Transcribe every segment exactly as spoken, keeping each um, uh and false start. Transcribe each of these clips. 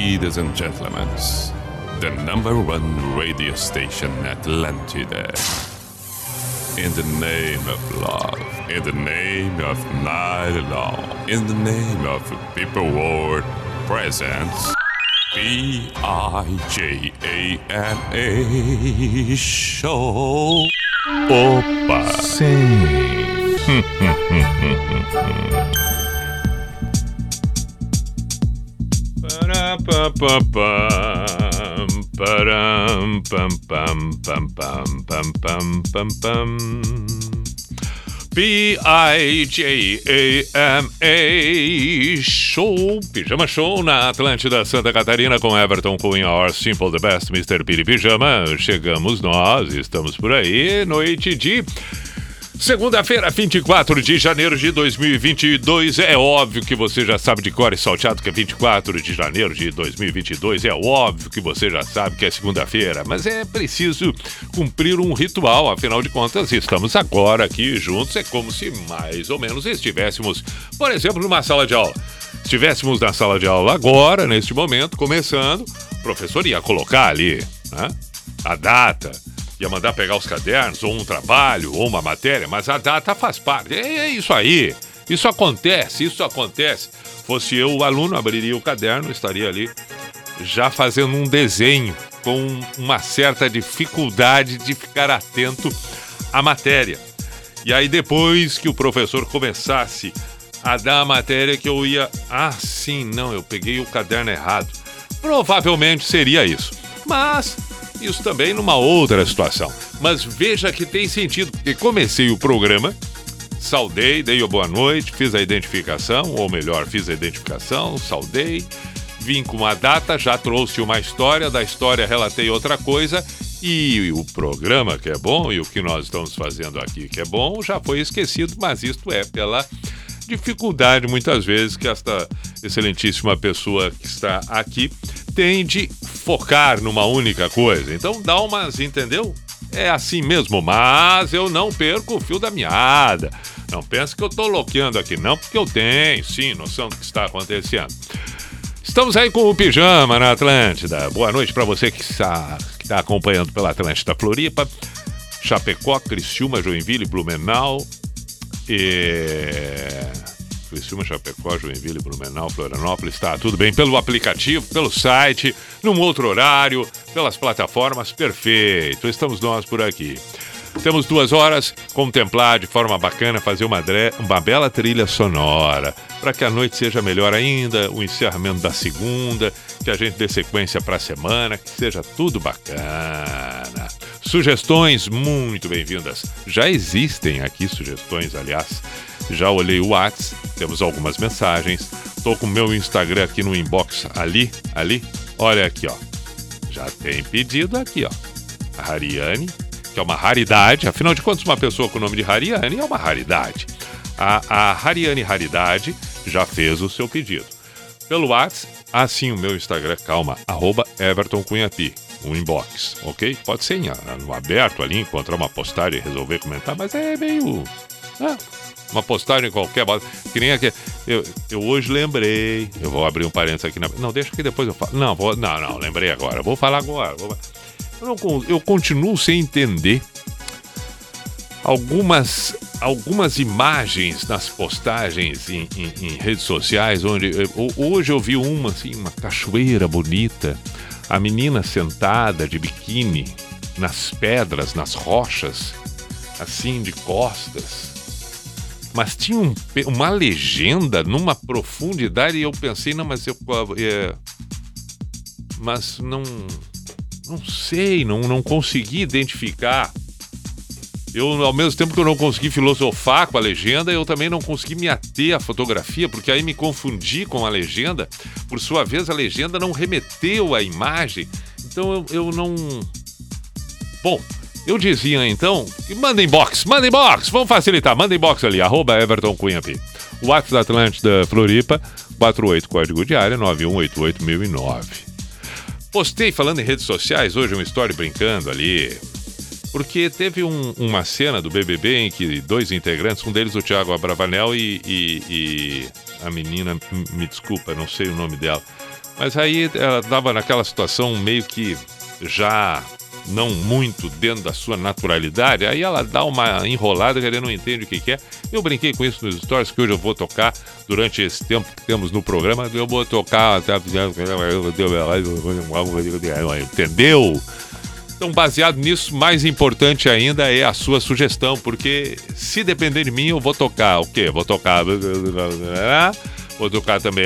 Ladies and gentlemen, the number one radio station Atlantida. In the name of love, in the name of night long, in the name of people world presents B I J A M A Show. Opa! Sim. Param, pam, pam, pam, pam, pam, pam, pam, pam. B I J A M A Show, Pijama Show na Atlântida Santa Catarina com Everton Cunha, Or Simple the Best, mister Piri Pijama. Chegamos nós, estamos por aí, noite de segunda-feira, vinte e quatro de janeiro de dois mil e vinte e dois. É óbvio que você já sabe de cor e salteado que é vinte e quatro de janeiro de dois mil e vinte e dois. É óbvio que você já sabe que é segunda-feira, mas é preciso cumprir um ritual. Afinal de contas, estamos agora aqui juntos. É como se mais ou menos estivéssemos, por exemplo, numa sala de aula. Estivéssemos na sala de aula agora, neste momento, começando, o professor ia colocar ali, né, a data, ia mandar pegar os cadernos, ou um trabalho, ou uma matéria, mas a data faz parte. É, é isso aí. Isso acontece, isso acontece. Fosse eu, o aluno, abriria o caderno, estaria ali já fazendo um desenho com uma certa dificuldade de ficar atento à matéria. E aí depois que o professor começasse a dar a matéria que eu ia... Ah, sim, não, eu peguei o caderno errado. Provavelmente seria isso. Mas... isso também numa outra situação. Mas veja que tem sentido, porque comecei o programa, saudei, dei a boa noite, fiz a identificação, ou melhor, fiz a identificação, saudei, vim com uma data, já trouxe uma história, da história relatei outra coisa, e o programa que é bom, e o que nós estamos fazendo aqui que é bom, já foi esquecido, mas isto é pela dificuldade, muitas vezes, que esta excelentíssima pessoa que está aqui tem de focar numa única coisa. Então dá umas, entendeu? É assim mesmo, mas eu não perco o fio da meada. Não pense que eu tô loqueando aqui, não, porque eu tenho, sim, noção do que está acontecendo. Estamos aí com o Pijama na Atlântida. Boa noite para você que está, que está acompanhando pela Atlântida Floripa, Chapecó, Criciúma, Joinville, Blumenau, e... Criciúma, Chapecó, Joinville, Blumenau, Florianópolis, tá tudo bem pelo aplicativo, pelo site, num outro horário, pelas plataformas, perfeito, estamos nós por aqui. Temos duas horas, contemplar de forma bacana, fazer uma, dre... uma bela trilha sonora, para que a noite seja melhor ainda, o encerramento da segunda, que a gente dê sequência para a semana, que seja tudo bacana. Sugestões muito bem-vindas. Já existem aqui sugestões, aliás. Já olhei o WhatsApp, temos algumas mensagens. Tô com o meu Instagram aqui no inbox, ali, ali. Olha aqui, ó. Já tem pedido aqui, ó. A Hariane, que é uma raridade. Afinal de contas, uma pessoa com o nome de Hariane é uma raridade. A, a Hariane Raridade já fez o seu pedido. Pelo WhatsApp, assim o meu Instagram, calma, arroba Everton Cunhapi. Um inbox, ok? Pode ser no aberto ali, encontrar uma postagem e resolver comentar, mas é meio... Ah, uma postagem qualquer, que nem aqui. Eu, eu hoje lembrei, eu vou abrir um parênteses aqui na... Não, deixa que depois eu falo. Não, vou, não, não, lembrei agora, vou falar agora. Vou... Eu, não, eu continuo sem entender algumas, algumas imagens nas postagens em, em, em redes sociais, onde eu, hoje eu vi uma, assim, uma cachoeira bonita, a menina sentada de biquíni nas pedras, nas rochas, assim, de costas. Mas tinha um, uma legenda numa profundidade e eu pensei, não, mas eu... É, mas não... Não sei, não, não consegui identificar. Eu, ao mesmo tempo que eu não consegui filosofar com a legenda, eu também não consegui me ater à fotografia, porque aí me confundi com a legenda. Por sua vez, a legenda não remeteu à imagem. Então eu, eu não... Bom, eu dizia então... Manda inbox, manda inbox, vamos facilitar. Manda inbox ali, arroba Everton Cunha P. O WhatsApp da Atlântida Floripa, quatro oito, código de área, nove um oito oito mil e nove. Postei, falando em redes sociais, hoje uma história brincando ali, porque teve um, uma cena do B B B em que dois integrantes, um deles o Thiago Abravanel e, e, e a menina, me desculpa, não sei o nome dela, Mas aí ela estava naquela situação meio que já não muito dentro da sua naturalidade, aí ela dá uma enrolada que ele não entende o que que é. Eu brinquei com isso nos stories, que hoje eu vou tocar, durante esse tempo que temos no programa, eu vou tocar, entendeu? Então, baseado nisso, mais importante ainda é a sua sugestão, porque se depender de mim, eu vou tocar o quê? Vou tocar... Vou tocar também,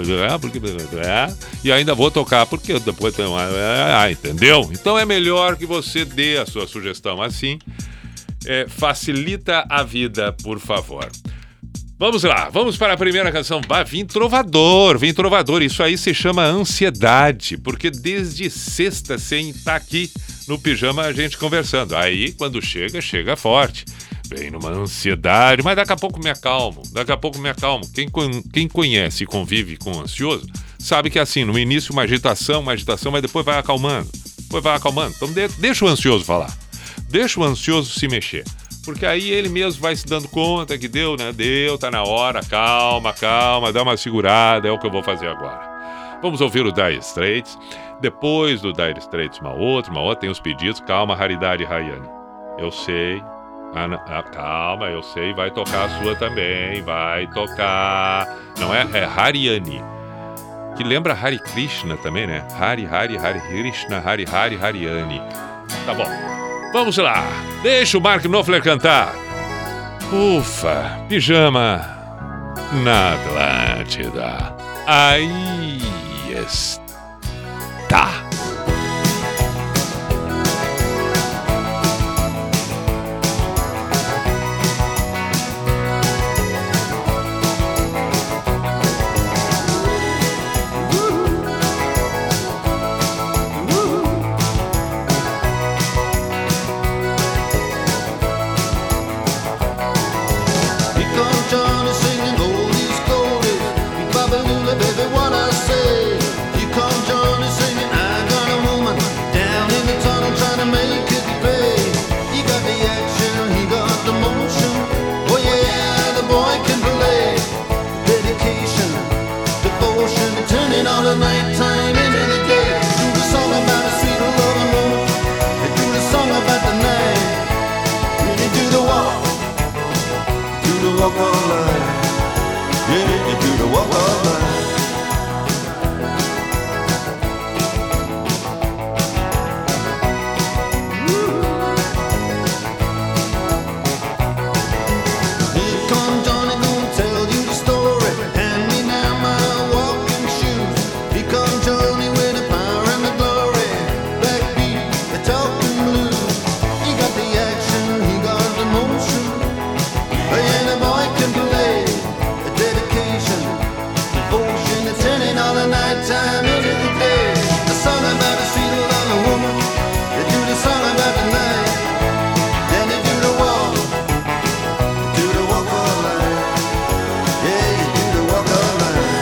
e ainda vou tocar, porque depois tem uma... Ah, entendeu? Então é melhor que você dê a sua sugestão assim. É, facilita a vida, por favor. Vamos lá, vamos para a primeira canção. Vai vir trovador, vem trovador. Isso aí se chama ansiedade, porque desde sexta sem estar aqui no pijama a gente conversando. Aí quando chega, chega forte. Vem numa ansiedade, mas daqui a pouco me acalmo, daqui a pouco me acalmo. Quem, quem conhece e convive com o ansioso, sabe que é assim, no início uma agitação, uma agitação, mas depois vai acalmando, depois vai acalmando. Então de, deixa o ansioso falar, deixa o ansioso se mexer, porque aí ele mesmo vai se dando conta que deu, né? Deu, tá na hora, calma, calma, dá uma segurada, é o que eu vou fazer agora. Vamos ouvir o Dire Straits, depois do Dire Straits uma outra, uma outra, tem os pedidos, calma, Raridade Rayane, eu sei... Ah, ah, calma, eu sei, vai tocar a sua também, vai tocar. Não é? É Hariani. Que lembra Hare Krishna também, né? Hari, Hari, Hare Krishna, Hari, Hari, Hariani. Tá bom. Vamos lá. Deixa o Mark Knopfler cantar. Ufa, pijama na Atlântida. Aí está. Walk of life, yeah, you do the walk of life. Here comes Johnny, gonna tell you the story. Hand me now my walking shoes. Here comes Johnny with the power and the glory. Backbeat, the talking blues. He got the action, he got the motion. Yeah, the boy can play a dedication, devotion, it's turning all the night time into the day. The song about the sweet love of a woman, they do the song about the night, then they do the walk, do the walk of life. Yeah, you do the walk of life.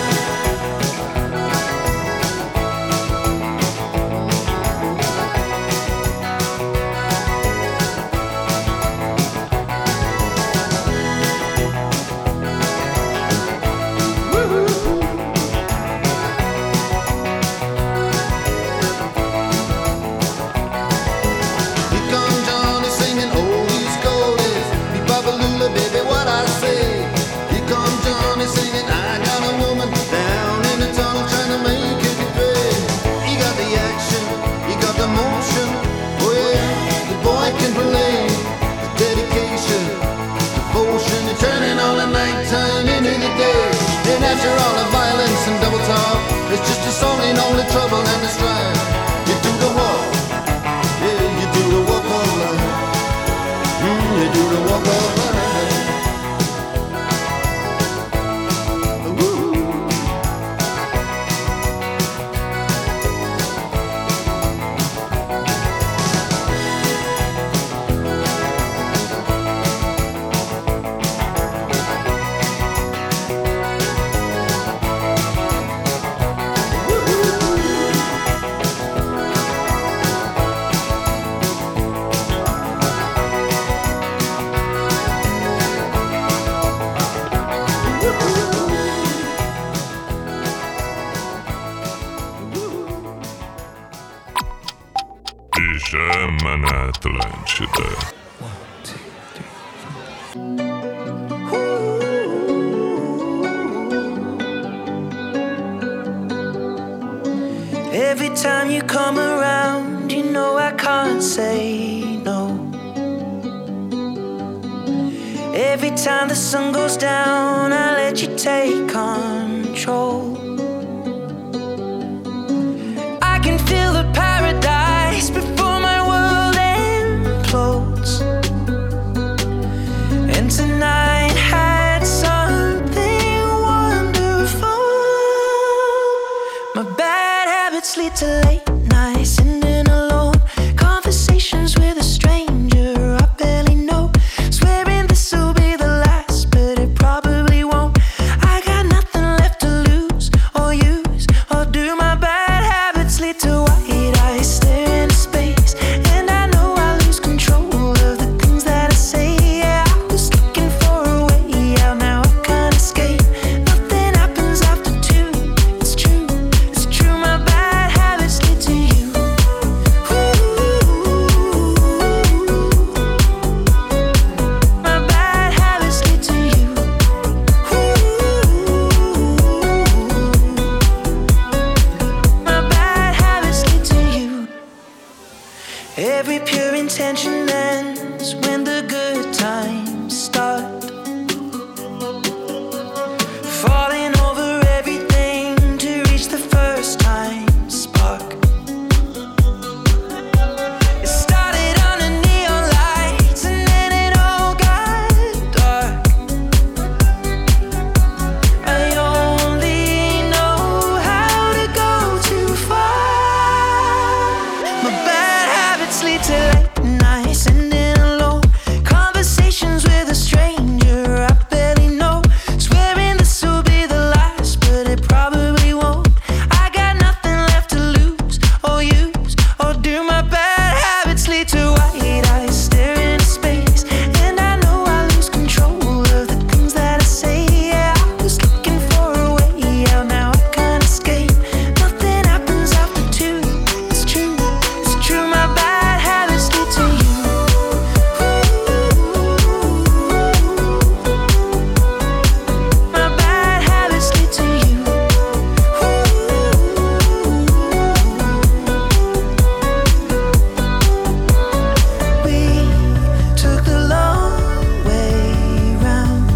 After all the violence and double talk, it's just a song in all the trouble and the strife. You do the walk, yeah, you do the walk of life. Mm, you do the walk of life. Ooh. Atlântida. Every time you come around, you know I can't say no. Every time the sun goes down, I let you take control. I can feel the paradise before my world implodes. And tonight had something wonderful. My bad habits lead to late nights, sitting alone, conversations with a stranger I barely know, swearing this will be the last, but it probably won't. I got nothing left to lose or use or do. My bad habits lead to white eyes staring into space, and I know I lose control of the things that I say. Yeah, I was looking for a way out, now I can't escape. Nothing happens after two. It's true, it's true. My bad habits lead to you. My bad habits lead to you. My bad habits lead to you. Every pure intention ends when the good times start. Falling over everything to reach the first time spark. It started under neon lights and then it all got dark. I only know how to go too far. My bad habits lead to late nights, sitting alone, conversations with a stranger I barely know, swearing this will be the last, but it probably won't. I got nothing left to lose or use or do. My bad habits lead to white eyes staring into space, and I know I lose control of the things that I say. Yeah, I was looking for a way out, now I can't escape. Nothing happens after two. It's true, it's true. My bad habits lead to you. My bad habits lead to you. We took the long way round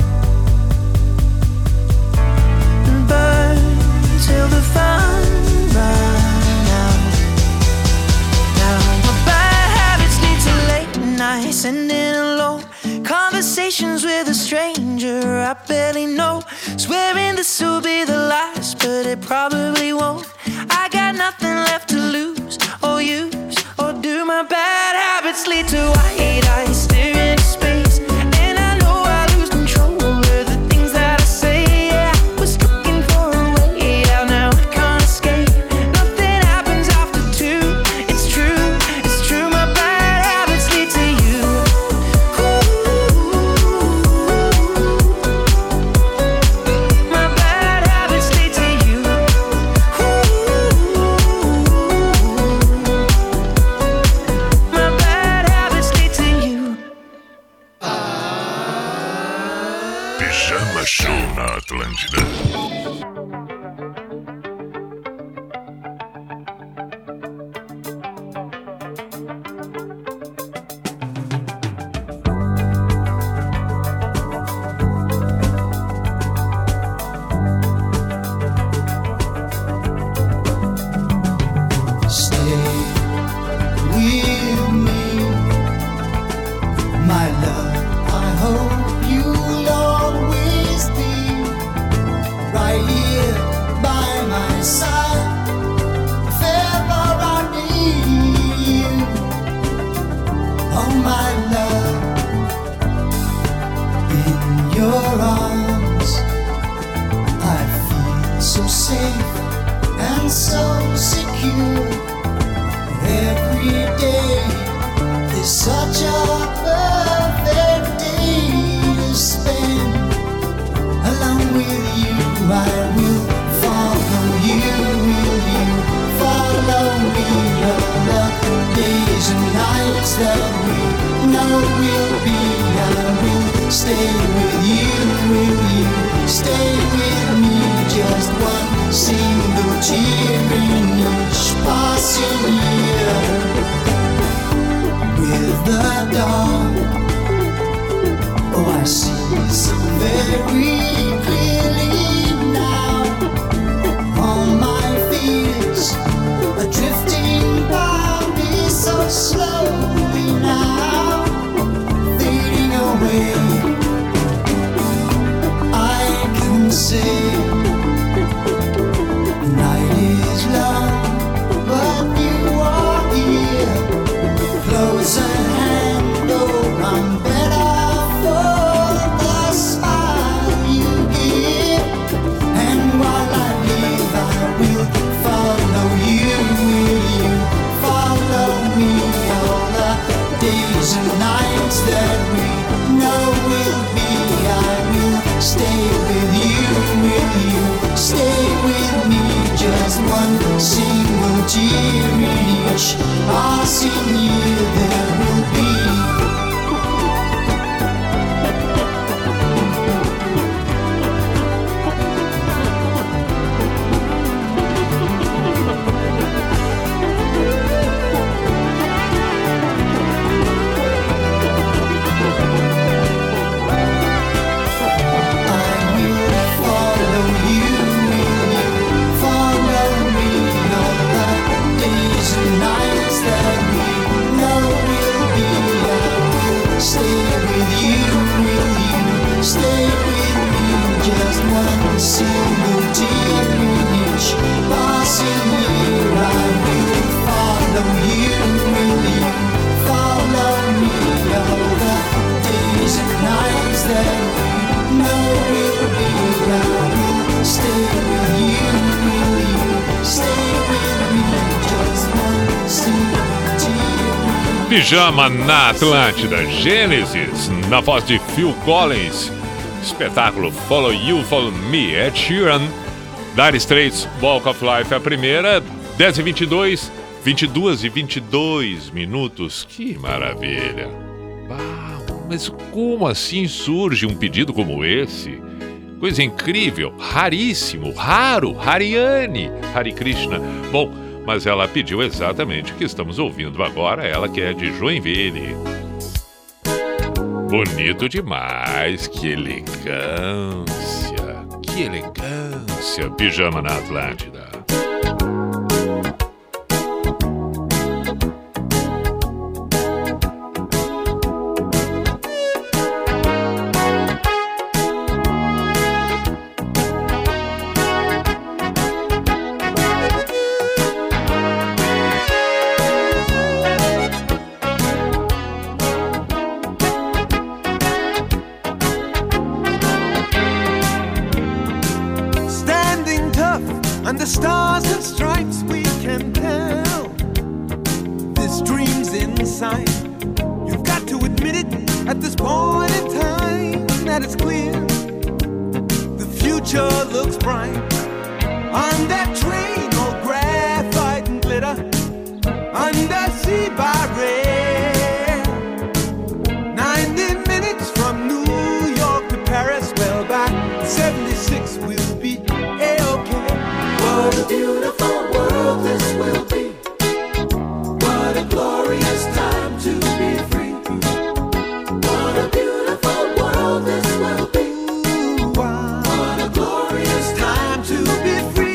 and burned till the fun ran out. Now my bad habits lead to late nights, sitting alone, conversations with a stranger I barely know, swearing this will be the last, but it probably won't. I got nothing left to lose or use or do. My bad habits lead to white eyes staring into space, and I know I lose control of the things that I say. Yeah, I was looking for a way out, now I can't escape. Nothing happens after two. It's true, it's true. My bad habits lead to you. My bad habits lead to you. My bad habits lead to you. Pijama Show na Atlântida. Stay with me, my love. I hope you'll always be right here by my side. If ever I need you, oh my love, in your arms I feel so safe and so secure. Every day is such a perfect day to spend along with you. I will follow you, will you follow me? All the days and nights that we know will be. I will stay with you, will you stay with me? Just one single tear in each passing year. With the dawn, oh, I see so very clearly now. All my fears are drifting by me so slowly now, fading away. I can say night is long, but you are here, close at hand. Oh, I'm better for the smile you give. And while I live, I will follow you. Will you follow me? All the days and nights that we know will be. I will stay with you. Will you stay with me? Just one single tear in each passing year there will be. Single tear in each passing year, I will follow you. Will you follow me? All the days and nights that we know will be. I will stay with you. Will you stay with me? Just one single tear. Pijama na Atlântida, Gênesis, na voz de Phil Collins. Espetáculo Follow You, Follow Me, Ed Sheeran. Dire Straits, Walk of Life, a primeira, dez e vinte e dois, vinte e duas e vinte e dois minutos. Que maravilha! Ah, mas como assim surge um pedido como esse? Coisa incrível, raríssimo, raro, Hariane, Hare Krishna. Bom, mas ela pediu exatamente o que estamos ouvindo agora, ela que é de Joinville. Bonito demais, que elegância, que elegância, Pijama na Atlântida. The stars and stripes we can tell. This dream's inside. You've got to admit it at this point in time that it's clear. The future looks bright. On that train, all graphite and glitter. Undersea by rail. Ninety minutes from New York to Paris. Well, by seventy-six we'll be A-OK. What a beautiful world this will be. What a glorious time to be free. What a beautiful world this will be. What a glorious time to be free.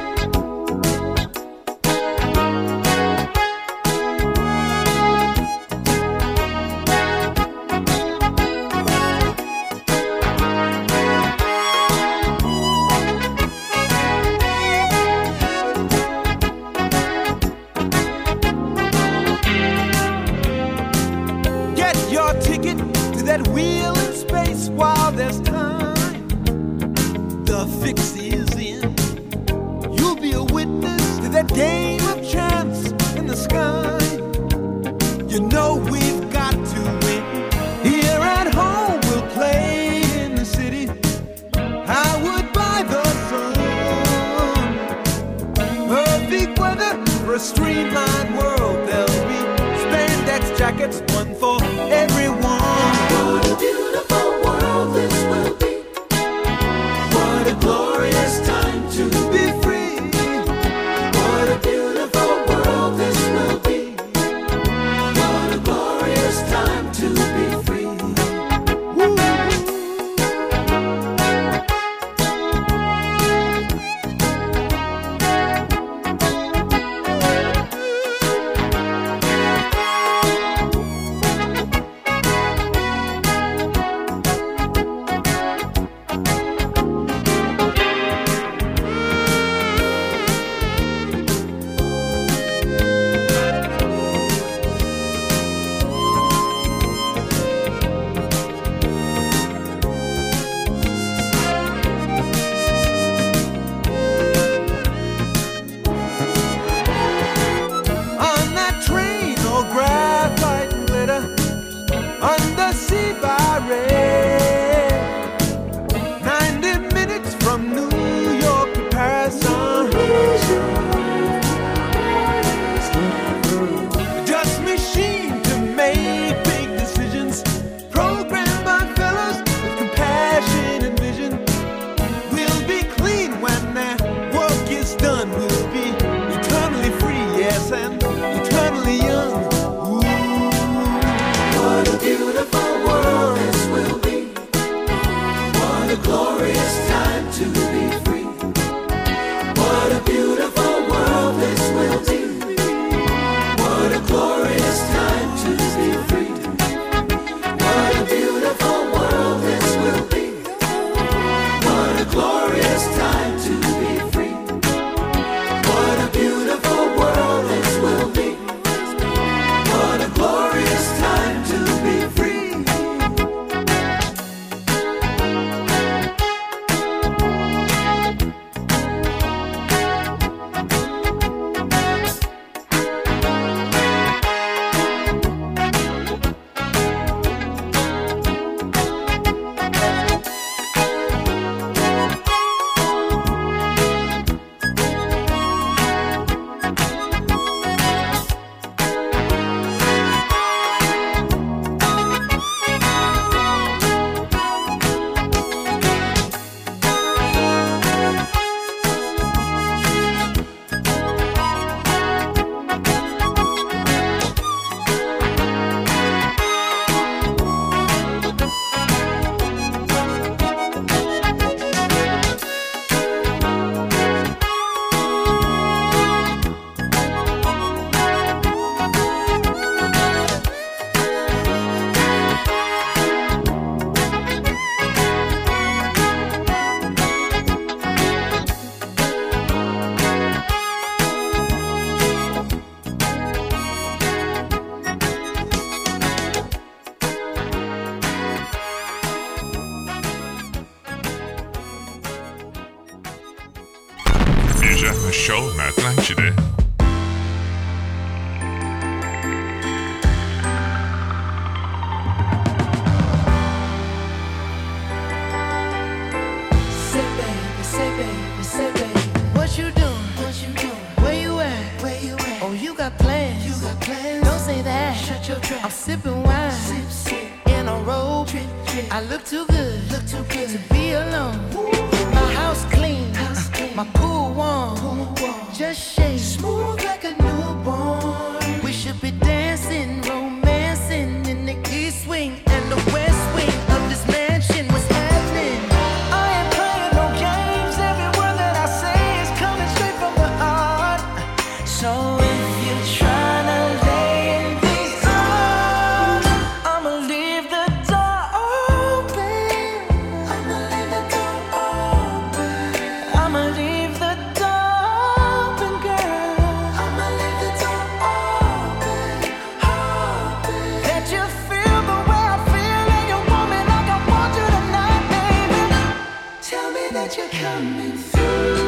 That wheel in space while there's time. The fix is in. You'll be a witness to that game of chance in the sky. You know we've got to win. Here at home we'll play in the city. Highwood by the sun. Perfect weather for a streamlined world. There'll be spandex jackets, one for every Pijama Show na Atlântida. Say baby, say baby, say baby, what you doing? What you doing? Where you at? Where you at? Oh, you got plans? You got plans? Don't say that. Shut your trap. I'm sipping wine, sip, sip. In a robe. Trip, trip. I look too good, look too good to be alone. My house clean, house clean. My pool warm, pool warm. Just shake smooth like a newborn. We should be dancing, romancing in the east wing and the west wing of this mansion. What's happening? I ain't playing no games. Every word that I say is coming straight from the heart. So if you're trying to lay in these arms, I'ma leave the door open. I'ma leave the door open. I'ma leave the door open, girl. I'ma leave the door open, open. Let you feel the way I feel, and you want me like I want you tonight, baby. Tell me that you're coming through.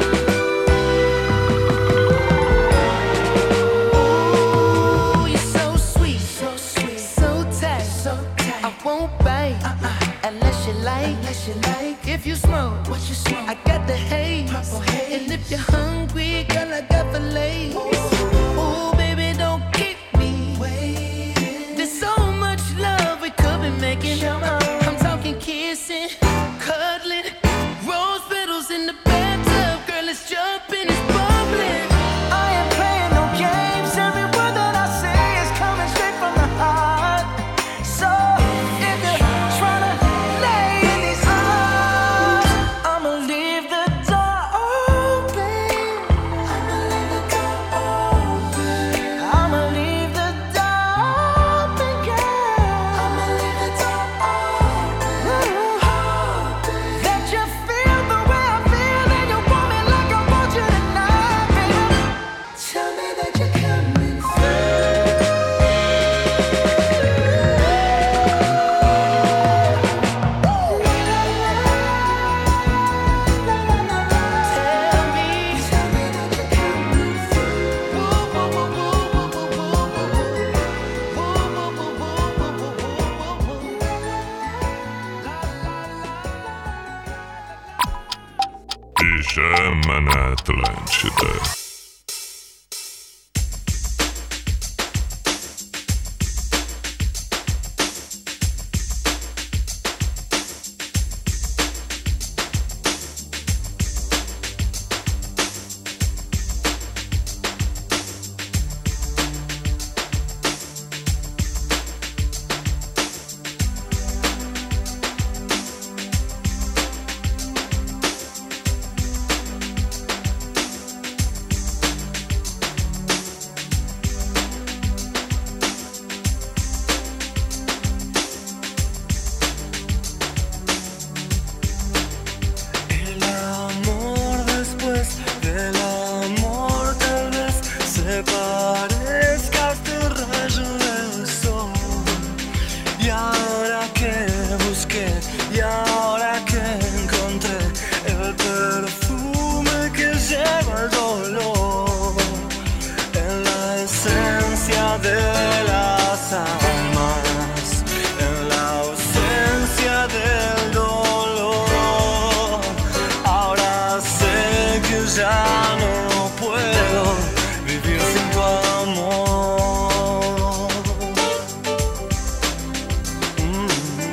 Ooh, you're so sweet, so sweet, so tight, so tight. I won't bite uh-uh. unless you like, unless you like. If you smoke, what you smoke? I got the haze, purple haze. And if you're hungry, girl, I got fillets. Ooh, baby, don't keep me waiting. There's so much love we could be making. I'm talking kissing, cuddling, rose petals in the bathtub. Girl, it's jumping, it's bubbling. I ain't playing no games. Every word that I say is coming straight from the heart. So if you're trying to lay in these arms, I'ma leave the door open. I'ma leave the door open. I'ma leave the door open, girl. I'ma leave the door open, open. Let you feel the way I feel, and you want me like I want you tonight, baby. Tell me that you're coming Pijama na Atlântida. El amor después del amor tal vez se parezca a este rayo del sol. Y ahora que busqué, y ahora que encontré el perfume que lleva el dolor, en la esencia de las almas, en la ausencia del dolor. Ahora sé que ya no puedo vivir sin tu amor. Mm.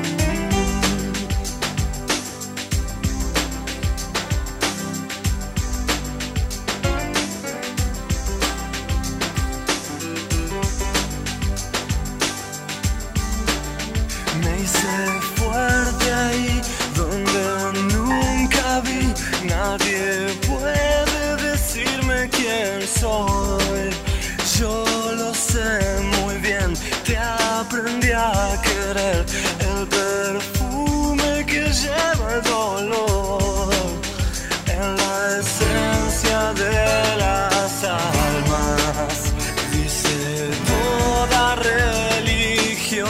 Me hice fuerte ahí donde nunca vi. Nadie puede decirme quién soy. Yo lo sé muy bien, te aprendí a querer. El perfume que lleva el dolor, en la esencia de las almas, dice toda religión.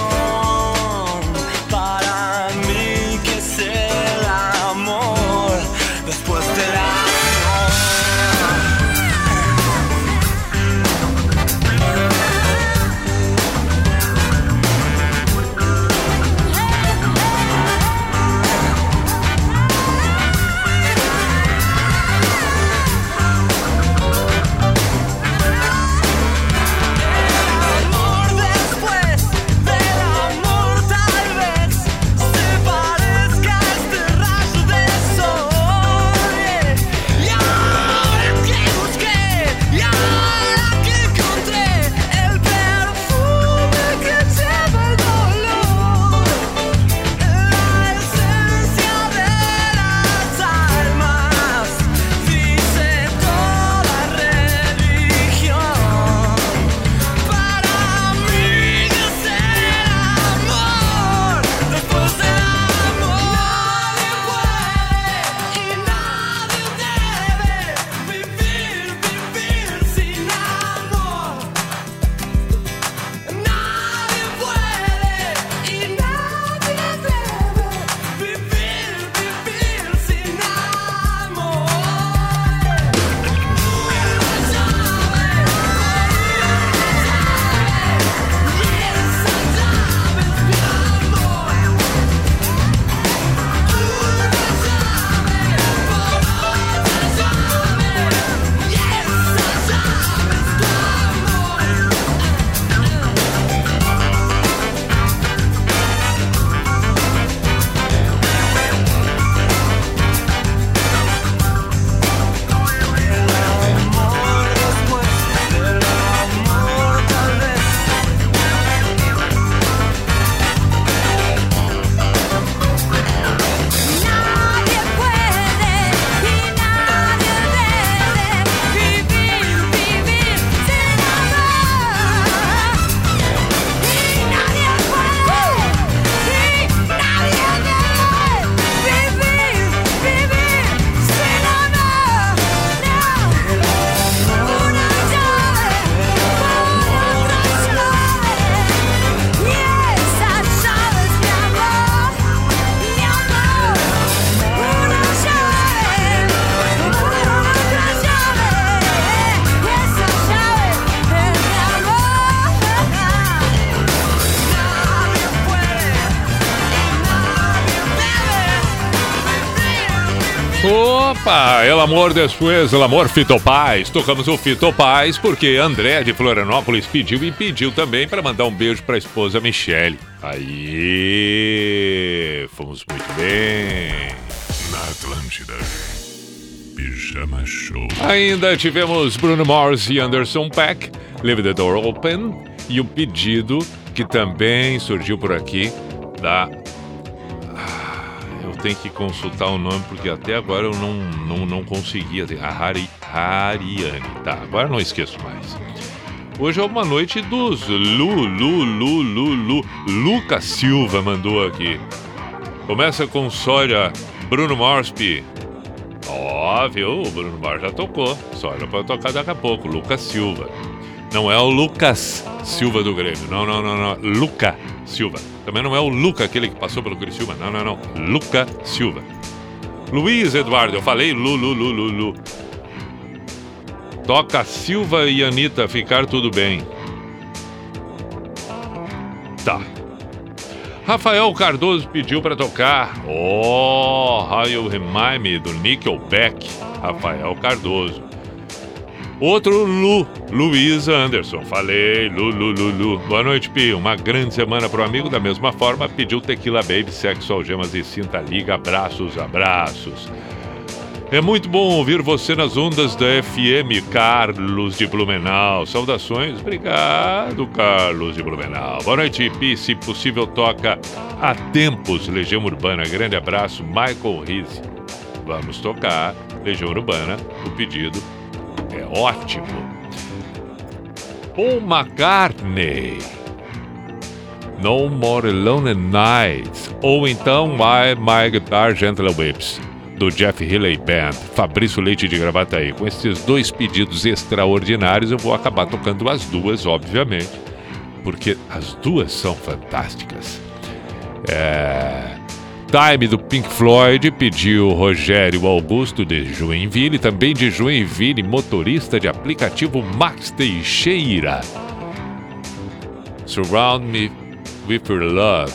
Para mí que es el amor después del amor. Opa, El Amor Después, El Amor Fito Paz. Tocamos o Fito Paz porque André de Florianópolis pediu e pediu também para mandar um beijo para a esposa Michele. Aí, fomos muito bem. Na Atlântida, Pijama Show. Ainda tivemos Bruno Mars e Anderson .Paak, Leave the Door Open, e o pedido que também surgiu por aqui da... Eu tenho que consultar o nome porque até agora eu não, não, não conseguia. A Hari, Hariane. Tá, agora não esqueço mais. Hoje é uma noite dos Lu, Lu, Lu, Lu, Lu. Lucas Silva mandou aqui. Começa com Sória, Bruno Mars. Ó, viu? O Bruno Mars já tocou. Sória pode tocar daqui a pouco. Lucas Silva. Não é o Lucas Silva do Grêmio. Não, não, não, não. Luca Silva. Também não é o Luca, aquele que passou pelo Criciúma. Não, não, não. Luca Silva. Luiz Eduardo, eu falei Lu, Lu, Lu, Lu, Lu. Toca Silva e Anitta, Ficar Tudo Bem. Tá. Rafael Cardoso pediu pra tocar Oh, How You Remind Me, do Nickelback. Rafael Cardoso. Outro Lu, Luísa Anderson. Falei, Lu, Lu, Lu, Lu. Boa noite, Pi. Uma grande semana pro amigo. Da mesma forma, pediu Tequila Baby, Sexo, Algemas e Cinta Liga. Abraços, abraços. É muito bom ouvir você nas ondas da F M, Carlos de Blumenau. Saudações. Obrigado, Carlos de Blumenau. Boa noite, Pi. Se possível, toca Há Tempos, Legião Urbana. Grande abraço, Michael Rizzi. Vamos tocar Legião Urbana. O pedido é ótimo. Paul McCartney, No More Lonely Nights. Ou então My, My Guitar Gentle Whips, do Jeff Healey Band. Fabrício Leite de Gravataí. Com esses dois pedidos extraordinários, eu vou acabar tocando as duas, obviamente, porque as duas são fantásticas. É... Time, do Pink Floyd, pediu Rogério Augusto de Joinville, também de Joinville, motorista de aplicativo Max Teixeira. Surround Me With Your Love.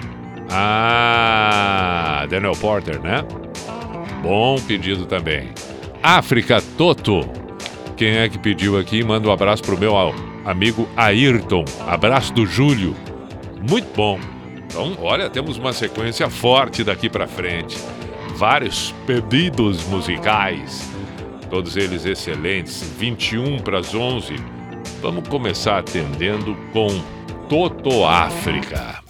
Ah, Daniel Porter, né? Bom pedido também. África Toto. Quem é que pediu aqui? Manda um abraço pro meu amigo Ayrton. Abraço do Júlio. Muito bom. Então, olha, temos uma sequência forte daqui pra frente. Vários pedidos musicais. Todos eles excelentes. vinte e um para as onze. Vamos começar atendendo com Toto África.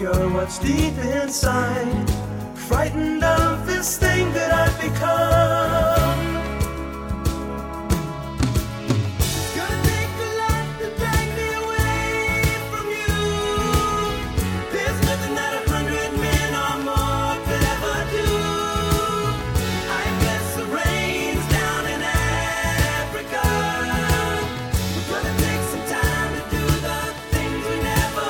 cure what's deep inside. Frightened of this thing that I've become. It's gonna take a lot to drag me away from you. There's nothing that a hundred men or more could ever do. I guess the rain's down in Africa. We're gonna take some time to do the things we never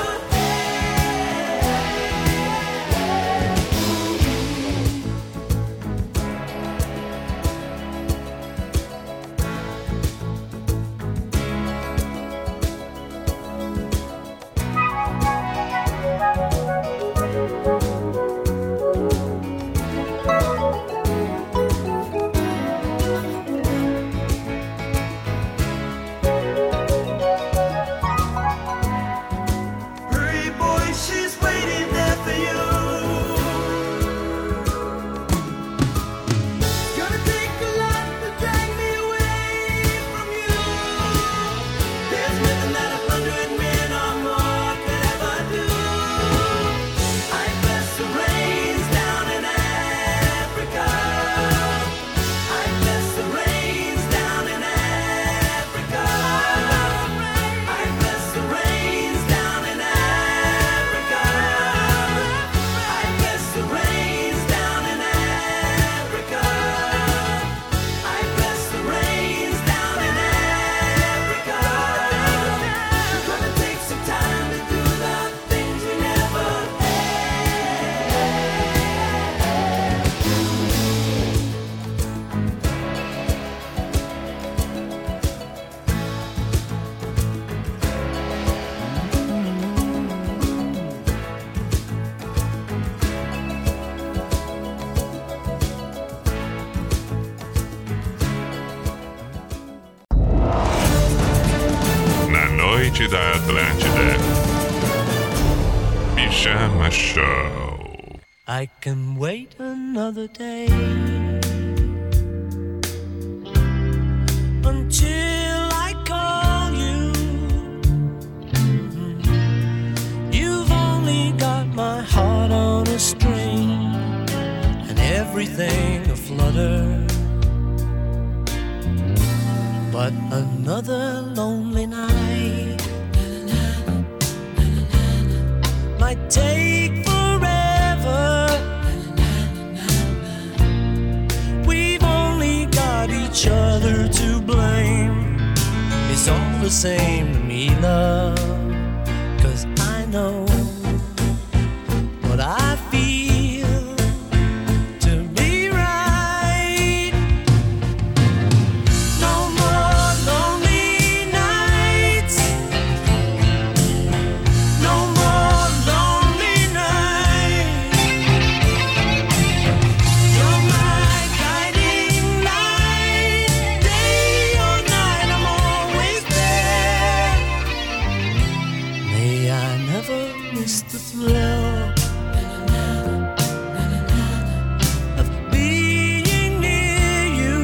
Hurry, boy, she's waiting there for you. It's gonna take a lot to drag me away from you. There's nothing that a hundred men or more could ever do. I guess the rain's down in Africa. I guess the rain's down in Africa. I guess the rain's down in Africa. I guess the rain's down in Africa. I guess the rain's down in Africa. We're gonna take some time to do the things we never Na noite da Atlântida. Pijama Show. I can wait another day until I call you. You've only got my heart on a string and everything aflutter. But another lonely night might take forever. We've only got each other to blame. It's all the same to me, love, 'cause I know what I feel to be right. No more lonely nights. No more lonely nights. You're my guiding light. Day or night, I'm always there. May I never miss the thrill of being near you.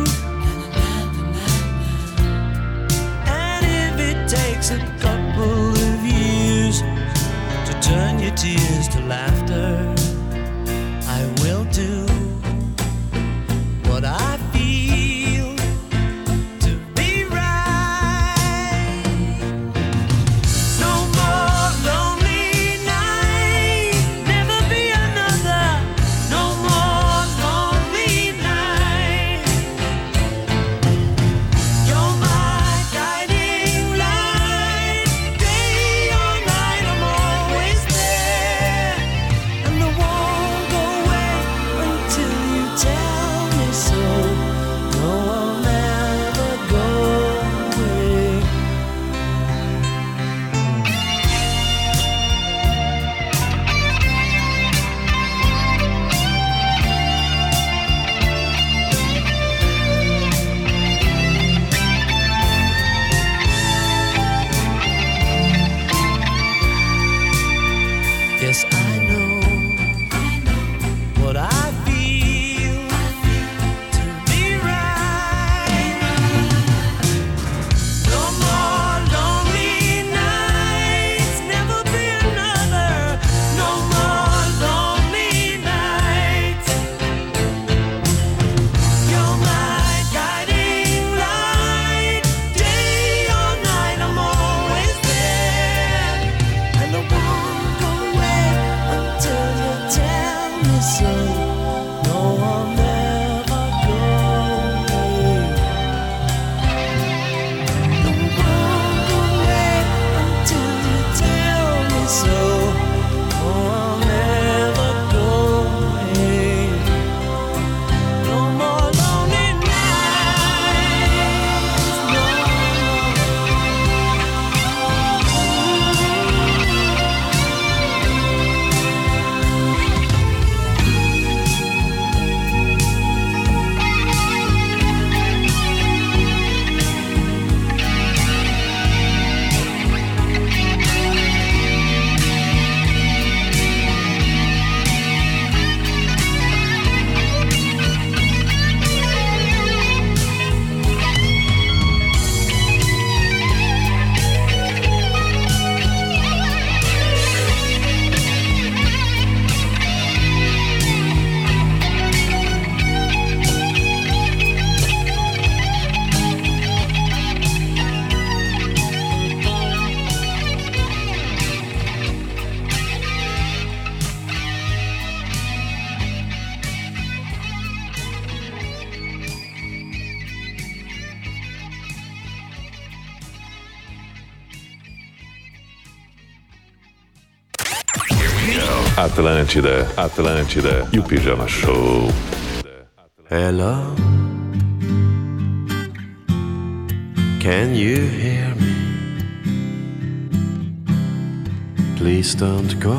And if it takes a couple of years to turn your tears to laughter, I will do what I feel to be right. No more lonely night, never be another. No more lonely night. You're my guiding light. Day or night, I'm always there. And the Atlântida, Atlântida e o Pijama Show. Hello, can you hear me? Please don't go.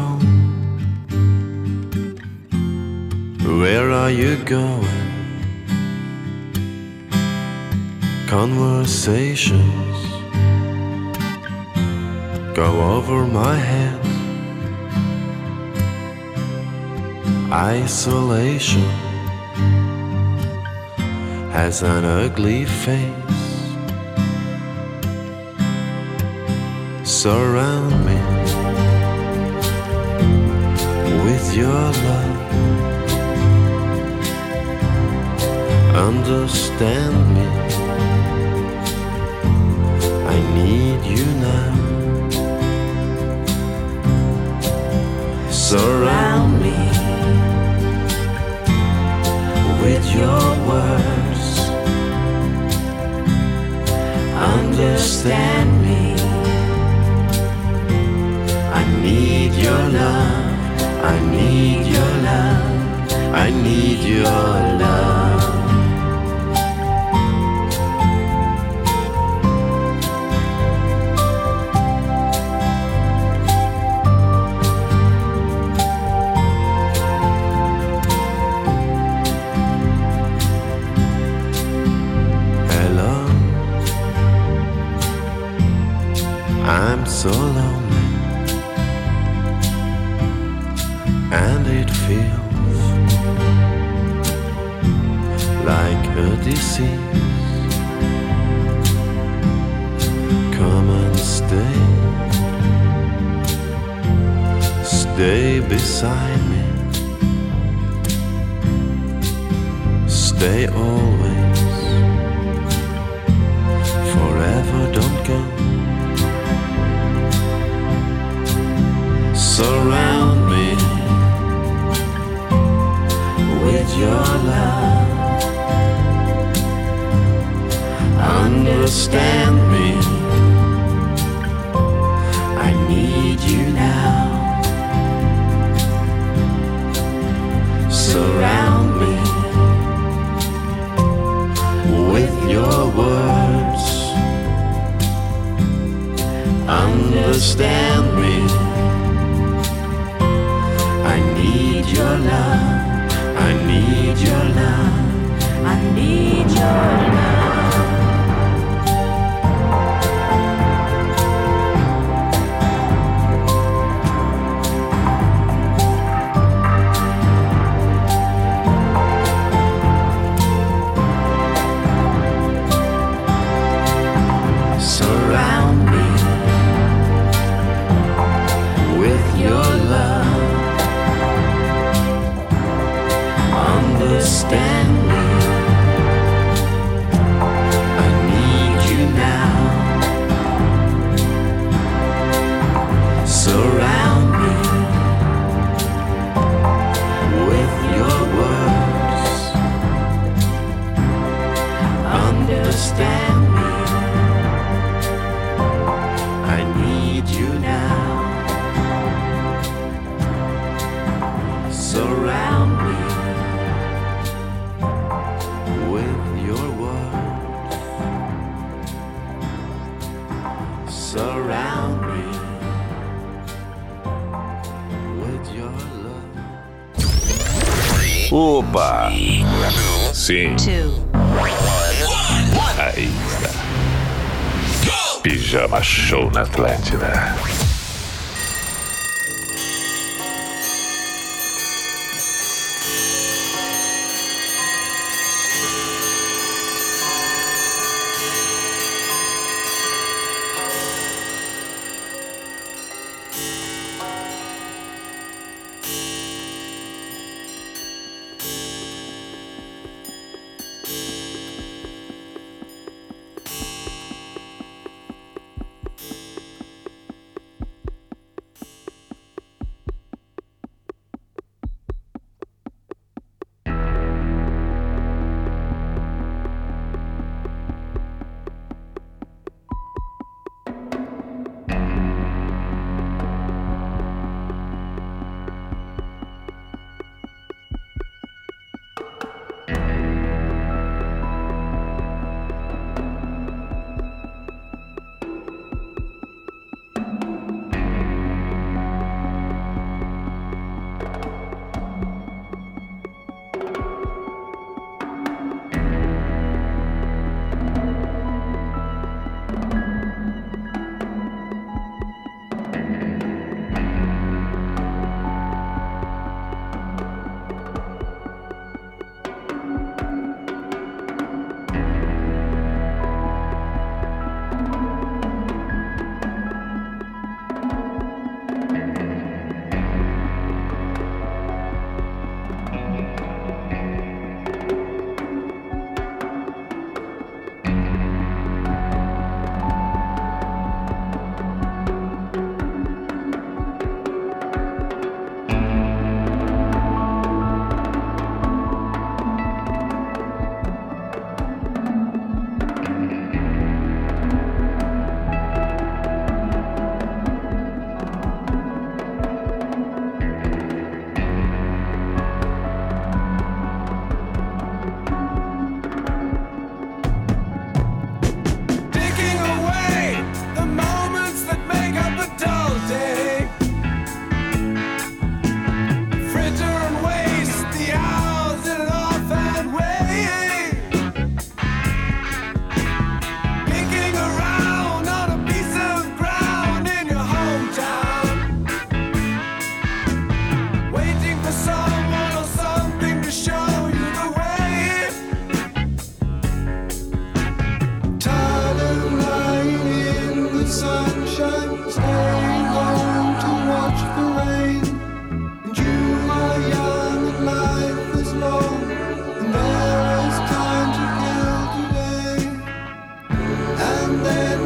Where are you going? Conversations go over my head. Isolation has an ugly face. Surround me with your love. Understand me, I need you now. Surround me with your words. Understand me, I need your love. I need your love. I need your love. I'm so lonely, and it feels like a disease. Come and stay, stay beside me, stay always, forever, don't go. Surround me with your love. Understand me, I need you now. Surround me with your words. Understand me, I need your love. I need your love. I need your love. Surround me with your love. Understand me, I need you now. Surround me with your words. Understand me, I need you now. Surround me with your words. Surround me with your love. Opa! Sim. Two. Aí está. Pijama Show na Atlântida.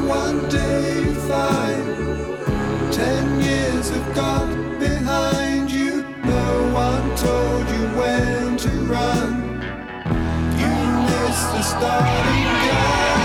one day you find ten years have gone behind you. No one told you when to run. You missed the starting gun.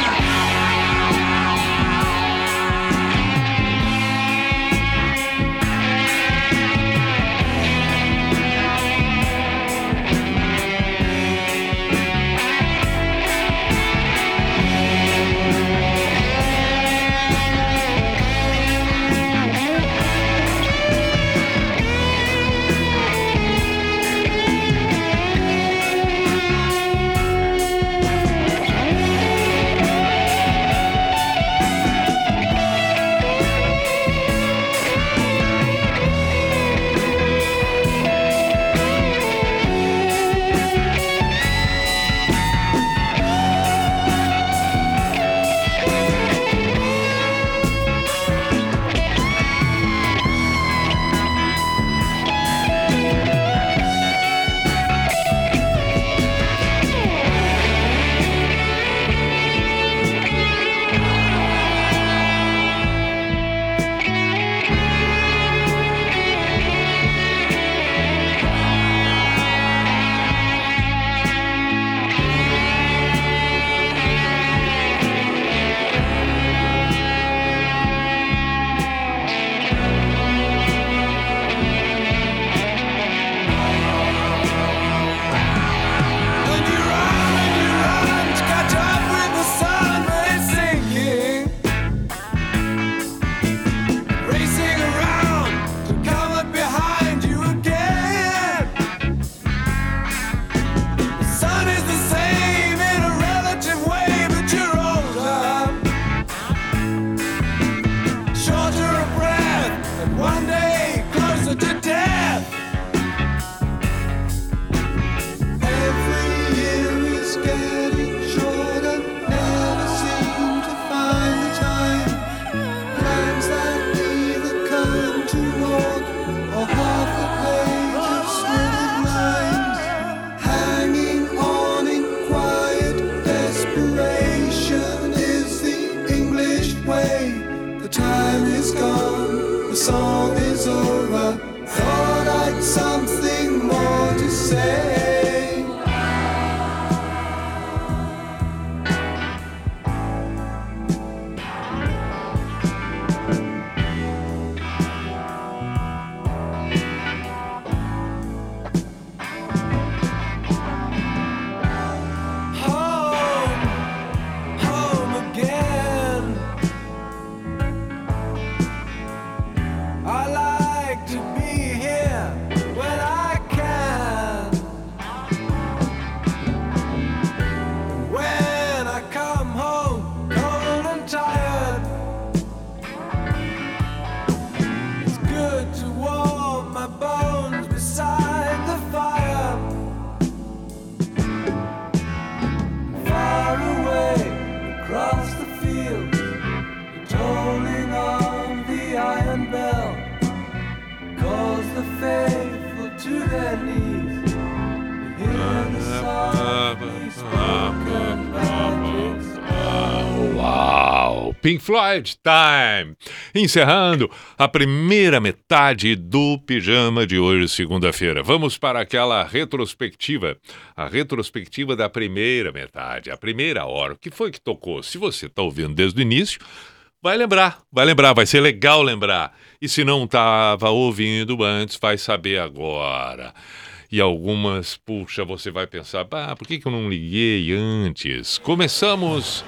Pink Floyd Time, encerrando a primeira metade do Pijama de hoje, segunda-feira. Vamos para aquela retrospectiva, a retrospectiva da primeira metade, a primeira hora. O que foi que tocou? Se você está ouvindo desde o início, vai lembrar, vai lembrar, vai ser legal lembrar. E se não estava ouvindo antes, vai saber agora. E algumas, puxa, você vai pensar, ah, por que que eu não liguei antes? Começamos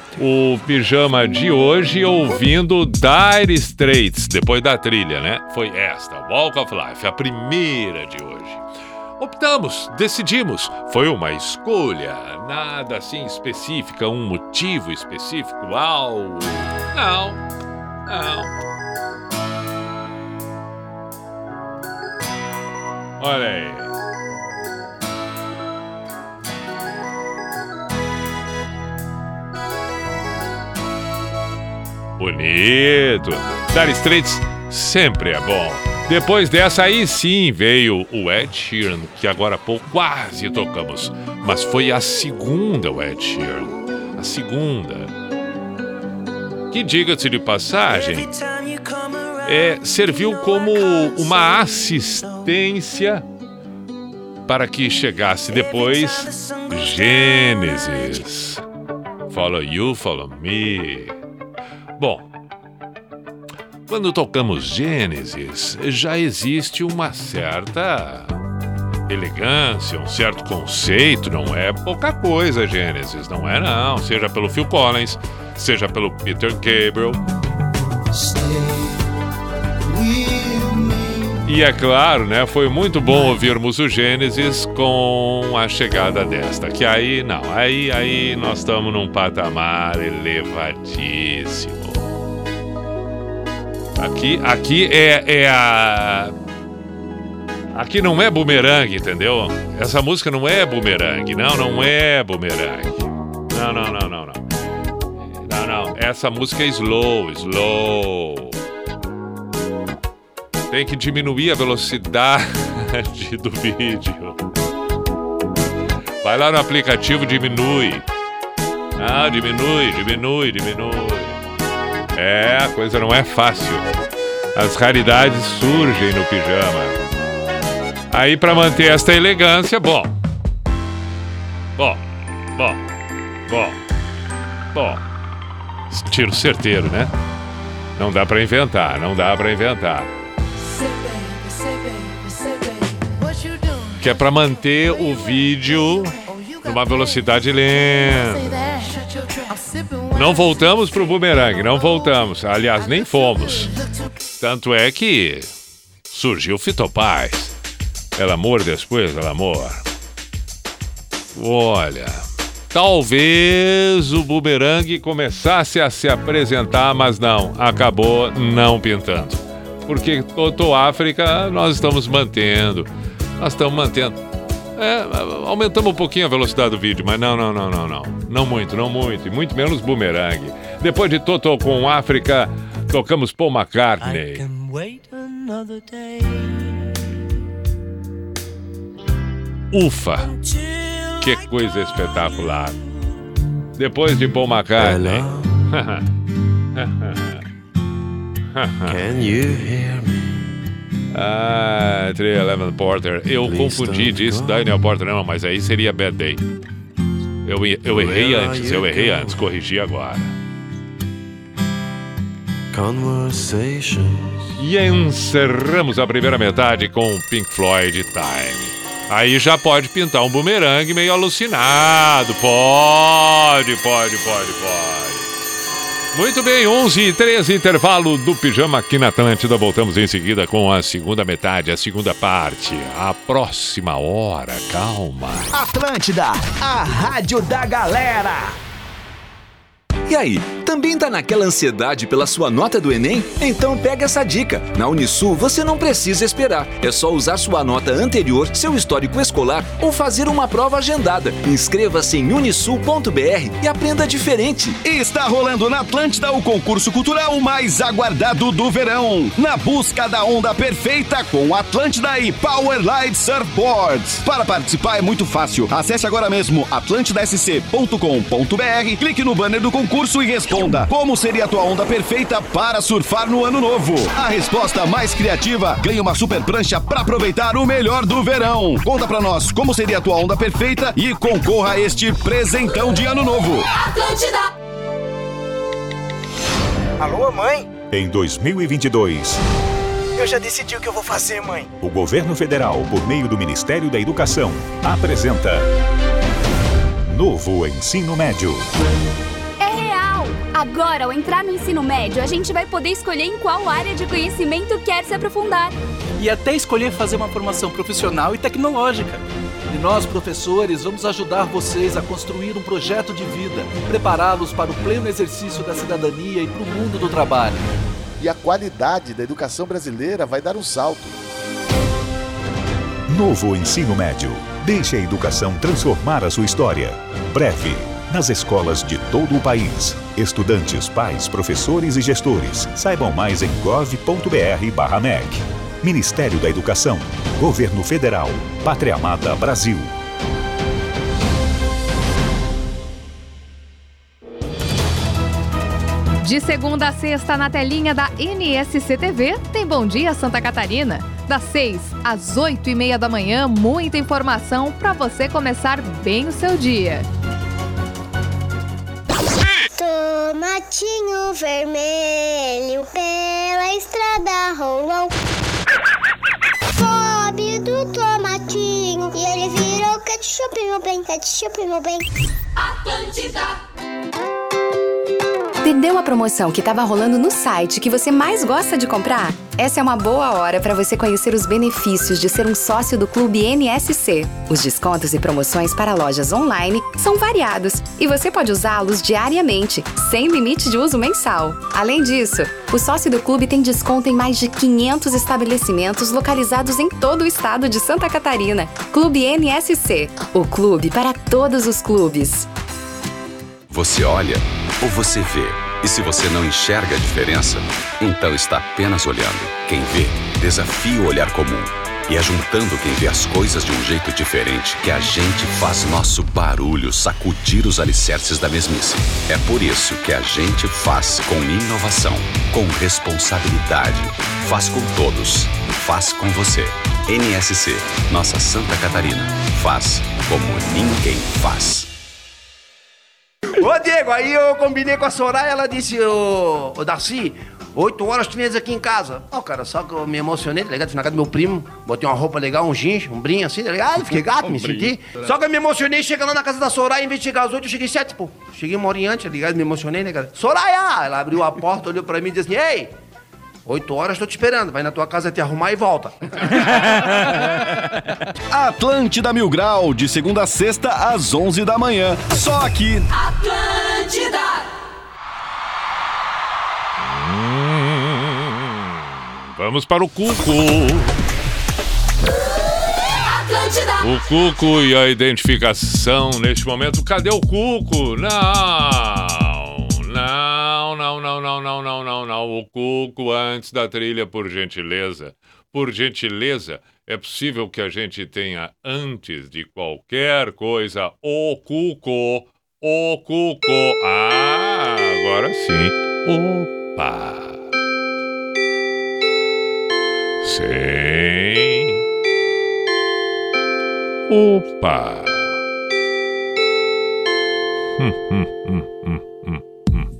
o Pijama de hoje ouvindo Dire Straits, depois da trilha, né? Foi esta, Walk of Life, a primeira de hoje. Optamos, decidimos, foi uma escolha, nada assim específica, um motivo específico, algo. Não, não. Olha aí. Bonito. Dire Straits sempre é bom. Depois dessa aí sim veio o Ed Sheeran, que agora há pouco quase tocamos. Mas foi a segunda, o Ed Sheeran. A segunda. que, diga-se de passagem, é, serviu como uma assistência para que chegasse depois Gênesis. Follow you, follow me. Bom, quando tocamos Gênesis, já existe uma certa elegância, um certo conceito, não é pouca coisa Gênesis, não é não, seja pelo Phil Collins, seja pelo Peter Gabriel. E é claro, né, foi muito bom ouvirmos o Gênesis com a chegada desta, que aí, não, aí, aí nós estamos num patamar elevadíssimo. Aqui, aqui é, é a... Aqui não é bumerangue, entendeu? Essa música não é bumerangue. Não, não é bumerangue. Não, não, não, não, não. Não, não. Essa música é slow, slow. Tem que diminuir a velocidade do vídeo. Vai lá no aplicativo, diminui. Ah, diminui, diminui, diminui. É, a coisa não é fácil. As raridades surgem no pijama. Aí, para manter esta elegância, bom. Bom, bom, bom, bom. Tiro certeiro, né? Não dá para inventar, não dá para inventar. Que é para manter o vídeo numa velocidade lenta. Não voltamos pro bumerangue, não voltamos. Aliás, nem fomos. Tanto é que surgiu o Fito Paz. El amor depois, el amor. Olha, talvez o bumerangue começasse a se apresentar, mas não, acabou não pintando. Porque Toto África nós estamos mantendo, nós estamos mantendo. É, aumentamos um pouquinho a velocidade do vídeo, mas não, não, não, não, não. Não muito, não muito, e muito menos bumerangue. Depois de Toto com África, tocamos Paul McCartney. I can wait another day. Ufa, que coisa espetacular. Depois de Paul McCartney. Can you hear me? Ah, Trey Eleven Porter. Eu confundi, disse Daniel Porter, não, mas aí seria Bad Day. Eu, eu errei antes, eu errei antes, corrigi agora. Conversations. E encerramos a primeira metade com Pink Floyd Time. Aí já pode pintar um bumerangue meio alucinado. Pode, pode, pode, pode. Muito bem, onze e treze, intervalo do Pijama aqui na Atlântida. Voltamos em seguida com a segunda metade, a segunda parte. A próxima hora, calma. Atlântida, a rádio da galera. E aí, também tá naquela ansiedade pela sua nota do Enem? Então pega essa dica. Na Unisul você não precisa esperar. É só usar sua nota anterior, seu histórico escolar ou fazer uma prova agendada. Inscreva-se em unisul ponto br e aprenda diferente. Está rolando na Atlântida o concurso cultural mais aguardado do verão. Na busca da onda perfeita com Atlântida e Powerlight Surfboards. Para participar é muito fácil. Acesse agora mesmo atlântida s c ponto com ponto b r, clique no banner do concurso e responda: como seria a tua onda perfeita para surfar no ano novo? A resposta mais criativa ganha uma super prancha para aproveitar o melhor do verão. Conta pra nós como seria a tua onda perfeita e concorra a este presentão de ano novo. Atlântida. Alô, mãe? Em dois mil e vinte e dois... Eu já decidi o que eu vou fazer, mãe. O governo federal, por meio do Ministério da Educação, apresenta Novo Ensino Médio. Agora, ao entrar no ensino médio, a gente vai poder escolher em qual área de conhecimento quer se aprofundar. E até escolher fazer uma formação profissional e tecnológica. E nós, professores, vamos ajudar vocês a construir um projeto de vida, prepará-los para o pleno exercício da cidadania e para o mundo do trabalho. E a qualidade da educação brasileira vai dar um salto. Novo Ensino Médio. Deixe a educação transformar a sua história. Breve. Nas escolas de todo o país. Estudantes, pais, professores e gestores. Saibam mais em gov ponto br barra M E C. Ministério da Educação. Governo Federal. Pátria Amada Brasil. De segunda a sexta, na telinha da N S C T V, tem Bom Dia Santa Catarina. Das seis às oito e meia da manhã, muita informação para você começar bem o seu dia. Tomatinho vermelho pela estrada rolou. Pobre do tomatinho e ele virou ketchup, meu bem, ketchup, meu bem. Atlântida. Perdeu a promoção que estava rolando no site que você mais gosta de comprar? Essa é uma boa hora para você conhecer os benefícios de ser um sócio do Clube N S C. Os descontos e promoções para lojas online são variados e você pode usá-los diariamente, sem limite de uso mensal. Além disso, o sócio do clube tem desconto em mais de quinhentos estabelecimentos localizados em todo o estado de Santa Catarina. Clube N S C, o clube para todos os clubes. Você olha ou você vê? E se você não enxerga a diferença, então está apenas olhando. Quem vê, desafia o olhar comum. E é juntando quem vê as coisas de um jeito diferente que a gente faz nosso barulho sacudir os alicerces da mesmice. É por isso que a gente faz com inovação, com responsabilidade. Faz com todos. Faz com você. N S C, nossa Santa Catarina. Faz como ninguém faz. Ô Diego, aí eu combinei com a Soraya, ela disse, ô, ô Darcy, oito horas tu vens aqui em casa. Ó, cara, só que eu me emocionei, tá ligado? Fui na casa do meu primo, botei uma roupa legal, um jeans, um brinho assim, tá ligado? Fiquei gato, me senti. Só que eu me emocionei, chega lá na casa da Soraya, em vez de chegar às oito, eu cheguei sete, pô. Cheguei uma hora antes, tá ligado? Me emocionei, né, cara? Soraya! Ela abriu a porta, olhou pra mim e disse assim, ei, oito horas tô te esperando, vai na tua casa te arrumar e volta. Atlântida Mil Grau, de segunda a sexta às onze da manhã. Só aqui. Atlântida. Hum, vamos para o Cuco. Atlântida. O Cuco e a identificação neste momento. Cadê o Cuco? Não, não, não, não, não, não, não, não, não. O Cuco antes da trilha, por gentileza. Por gentileza, é possível que a gente tenha, antes de qualquer coisa, o Cuco. O Cuco. Ah, agora sim. Opa. Sim. Opa. Hum, hum, hum, hum, hum, hum,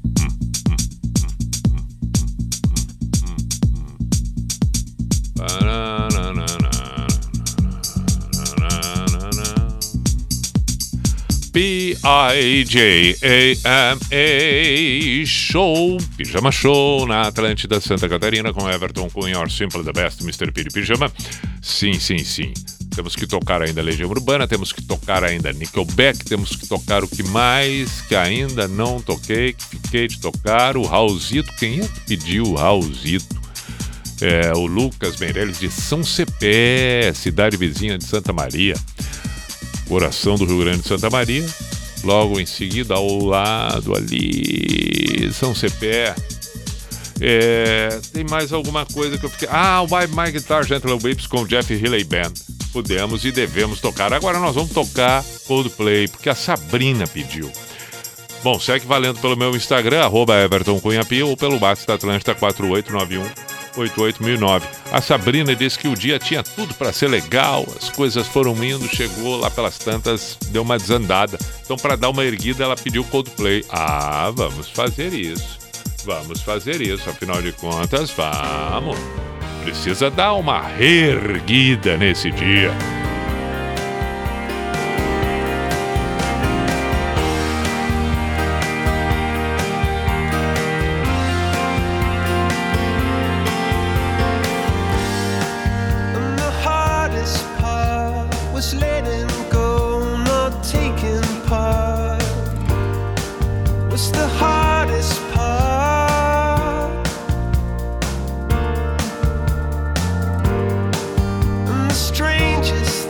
P I J A M A Show, Pijama Show na Atlântida Santa Catarina com Everton Cunha, Or Simple the Best, mister Piri Pijama. Sim, sim, sim. Temos que tocar ainda Legião Urbana, temos que tocar ainda Nickelback, temos que tocar o que mais que ainda não toquei, que fiquei de tocar, o Raulzito. Quem é que pediu o Raulzito? É, o Lucas Meirelles de São Cepé, cidade vizinha de Santa Maria, coração do Rio Grande de Santa Maria. Logo em seguida, ao lado ali, São Cepé. É, tem mais alguma coisa que eu fiquei... Ah, o Buy My Guitar Gentle Whips com o Jeff Healey Band. Podemos e devemos tocar. Agora nós vamos tocar Coldplay, porque a Sabrina pediu. Bom, segue valendo pelo meu Instagram, arroba Everton Cunha P, ou pelo WhatsApp da Atlântida quatro oito nove um oito oito mil e nove. A Sabrina disse que o dia tinha tudo para ser legal, as coisas foram indo, chegou lá pelas tantas, deu uma desandada. Então, para dar uma erguida, ela pediu Coldplay. Ah, vamos fazer isso. Vamos fazer isso, afinal de contas, vamos. Precisa dar uma reerguida nesse dia. Strangest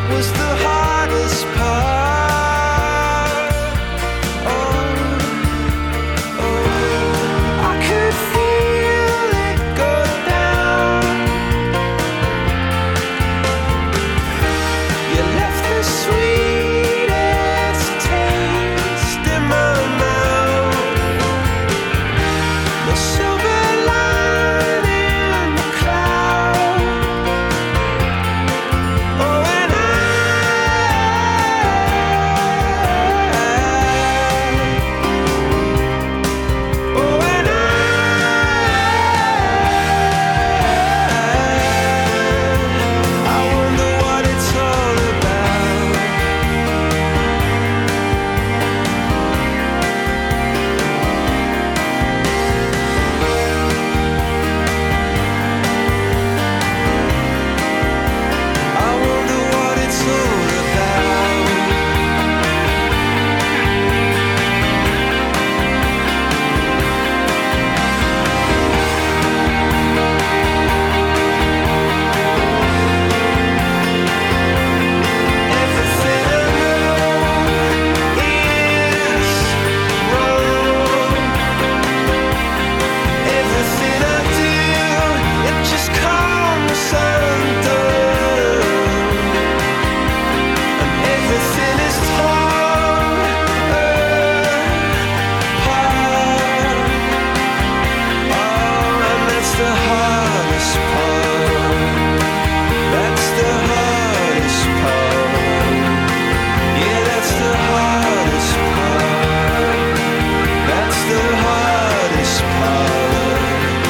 was the hardest part. Oh, oh, I could feel it go down. You left the sweetest taste in my mouth. The silver line in the cloud. Oh, and I, oh, and I, I wonder what it's all about. I wonder what it's all about. Everything I know is wrong. Everything I do, it just comes undone. And everything is torn apart. Oh, and that's the hardest part. That's the hardest part. Yeah, that's the hardest part. That's the hardest part.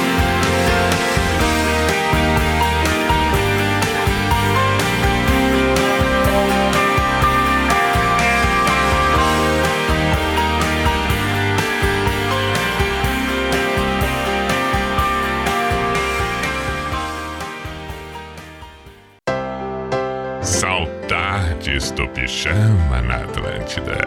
Saudades do pijama na Atlântida.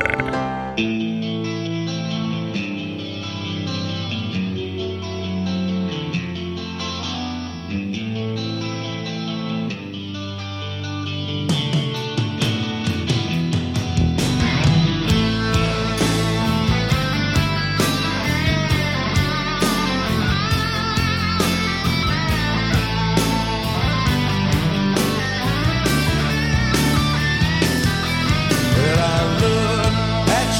When I look at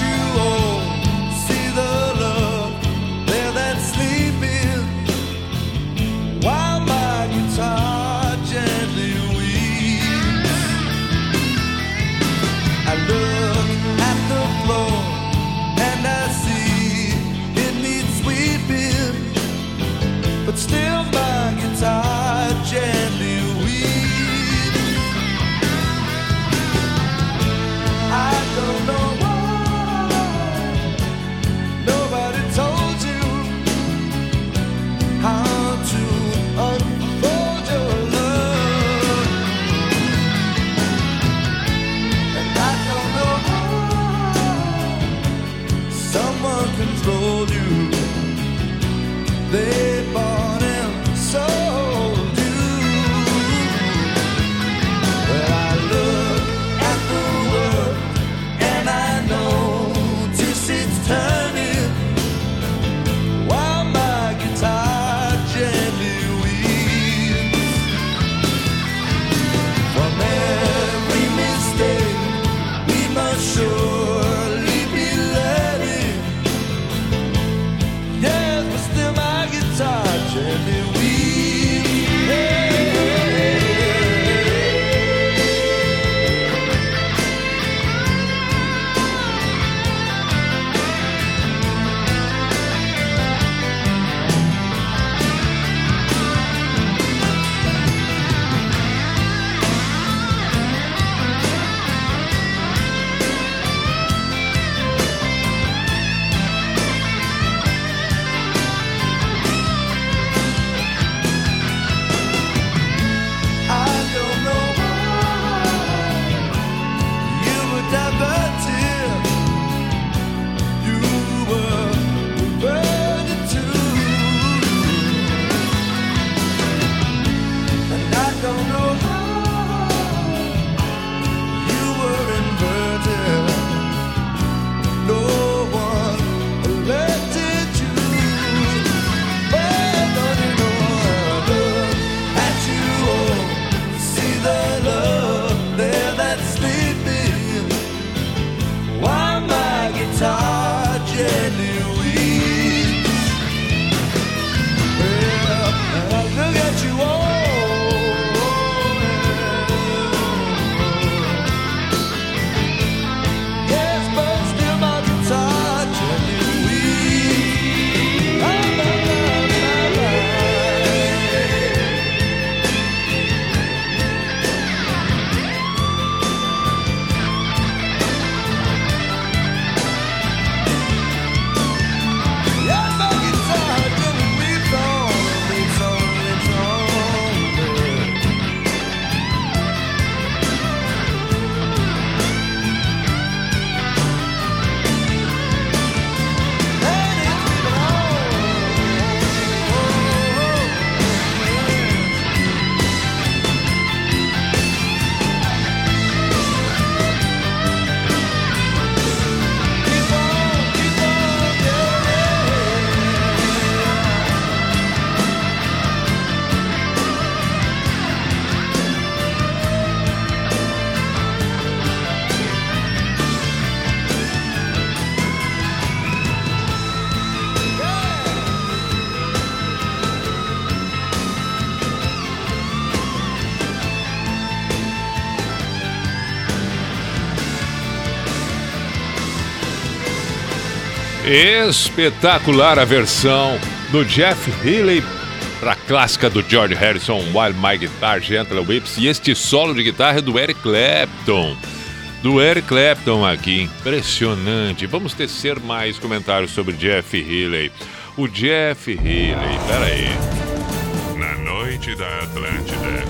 Espetacular a versão do Jeff Healey para a clássica do George Harrison, While My Guitar Gently Weeps. E este solo de guitarra é do Eric Clapton. Do Eric Clapton aqui, impressionante. Vamos tecer mais comentários sobre Jeff Healey. O Jeff Healey, peraí. Na noite da Atlântida.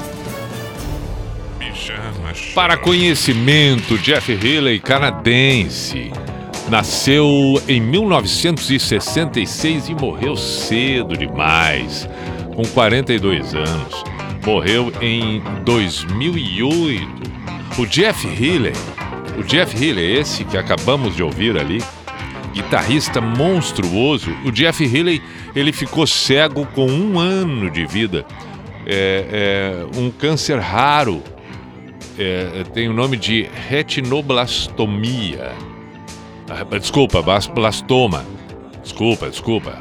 Pijama Show. Para conhecimento, Jeff Healey, canadense. Nasceu em mil novecentos e sessenta e seis e morreu cedo demais, com quarenta e dois anos. Morreu em dois mil e oito. O Jeff Healey, o Jeff Healey, esse que acabamos de ouvir ali, guitarrista monstruoso. O Jeff Healey, ele ficou cego com um ano de vida. É, é um câncer raro. É, tem o nome de retinoblastomia. Desculpa, blastoma. Desculpa, desculpa.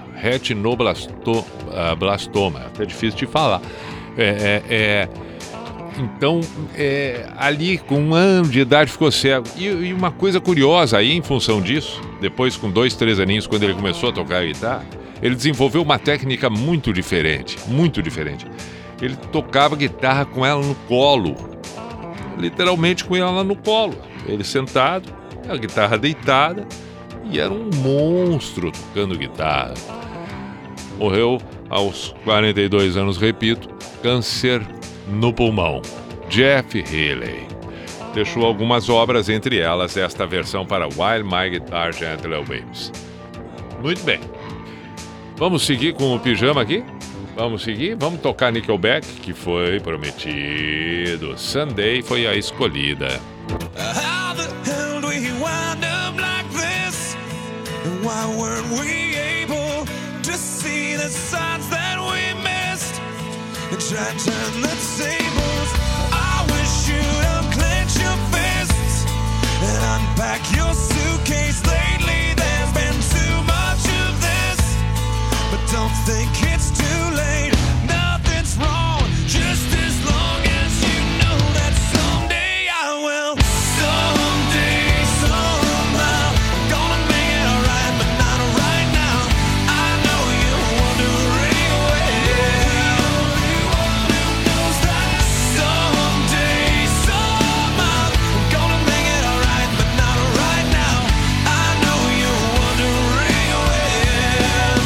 Retinoblastoma. É difícil de falar. É, é, é, então, é, ali com um ano de idade ficou cego. E, e uma coisa curiosa aí, em função disso, depois com dois, três aninhos, quando ele começou a tocar guitarra, ele desenvolveu uma técnica muito diferente. Muito diferente. Ele tocava guitarra com ela no colo. Literalmente com ela no colo. Ele sentado, a guitarra deitada, e era um monstro tocando guitarra. Morreu aos quarenta e dois anos, repito, câncer no pulmão. Jeff Healey deixou algumas obras, entre elas esta versão para While My Guitar Gently Weeps. Muito bem. Vamos seguir com o pijama aqui? Vamos seguir? Vamos tocar Nickelback, que foi prometido. Sunday foi a escolhida. How the hell do we wind up like this? And why weren't we able to see the signs that we missed? And try to turn the tables. I wish you'd unclench your fists and unpack your suitcase. Lately there's been too much of this, but don't think it's too late. Nothing's wrong, just as long as you know that someday I will. Someday, somehow, I'm gonna make it alright, but not right now. I know you're wondering where you knows that. Someday, somehow, I'm gonna make it alright, but not right now. I know you're wondering where.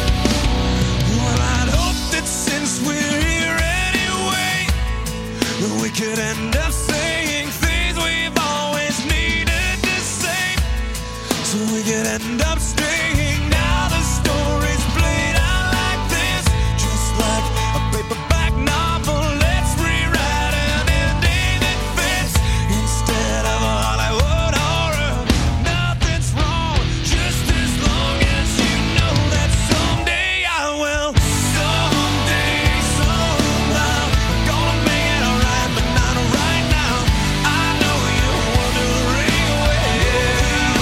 Well, I'd hope that since we're here anyway, we could end up saying things we've always needed to say. So we could end up staying. Now the story's played out like this, just like a paperback novel. Let's rewrite an ending that fits instead of a Hollywood horror. Nothing's wrong, just as long as you know that someday I will. Someday, somehow, I'm gonna make it alright, but not right now. I know you're wondering where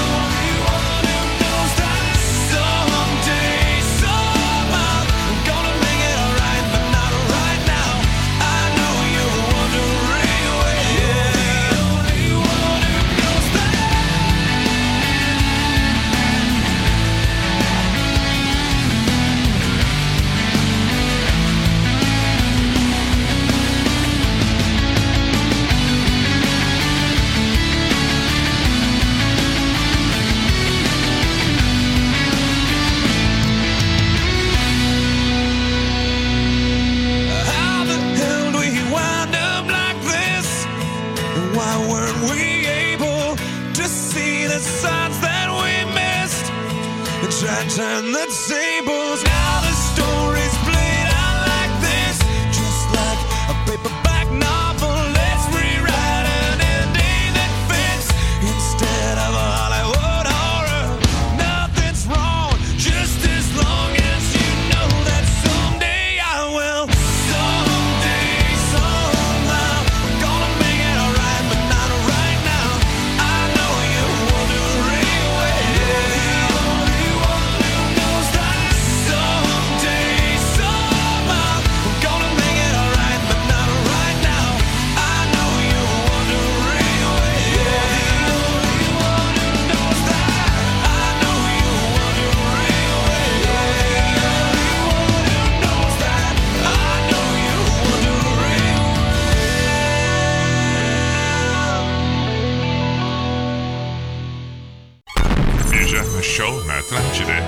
knows that. Someday, somehow, I'm gonna make it alright, but not right now. I know you're wondering where knows that. How the hell do we wind up like this? And why weren't we able to see the signs that we missed? And try to turn the tables. Now the story's played out like this, just like a paperback novel. Let's rewrite an ending that fits instead of a Hollywood horror. Nothing's wrong, just as long as you know that someday I will. Someday, somehow, I'm gonna make it alright, but not right now. I know you're wondering where knows that. Someday, Show na Atlântida.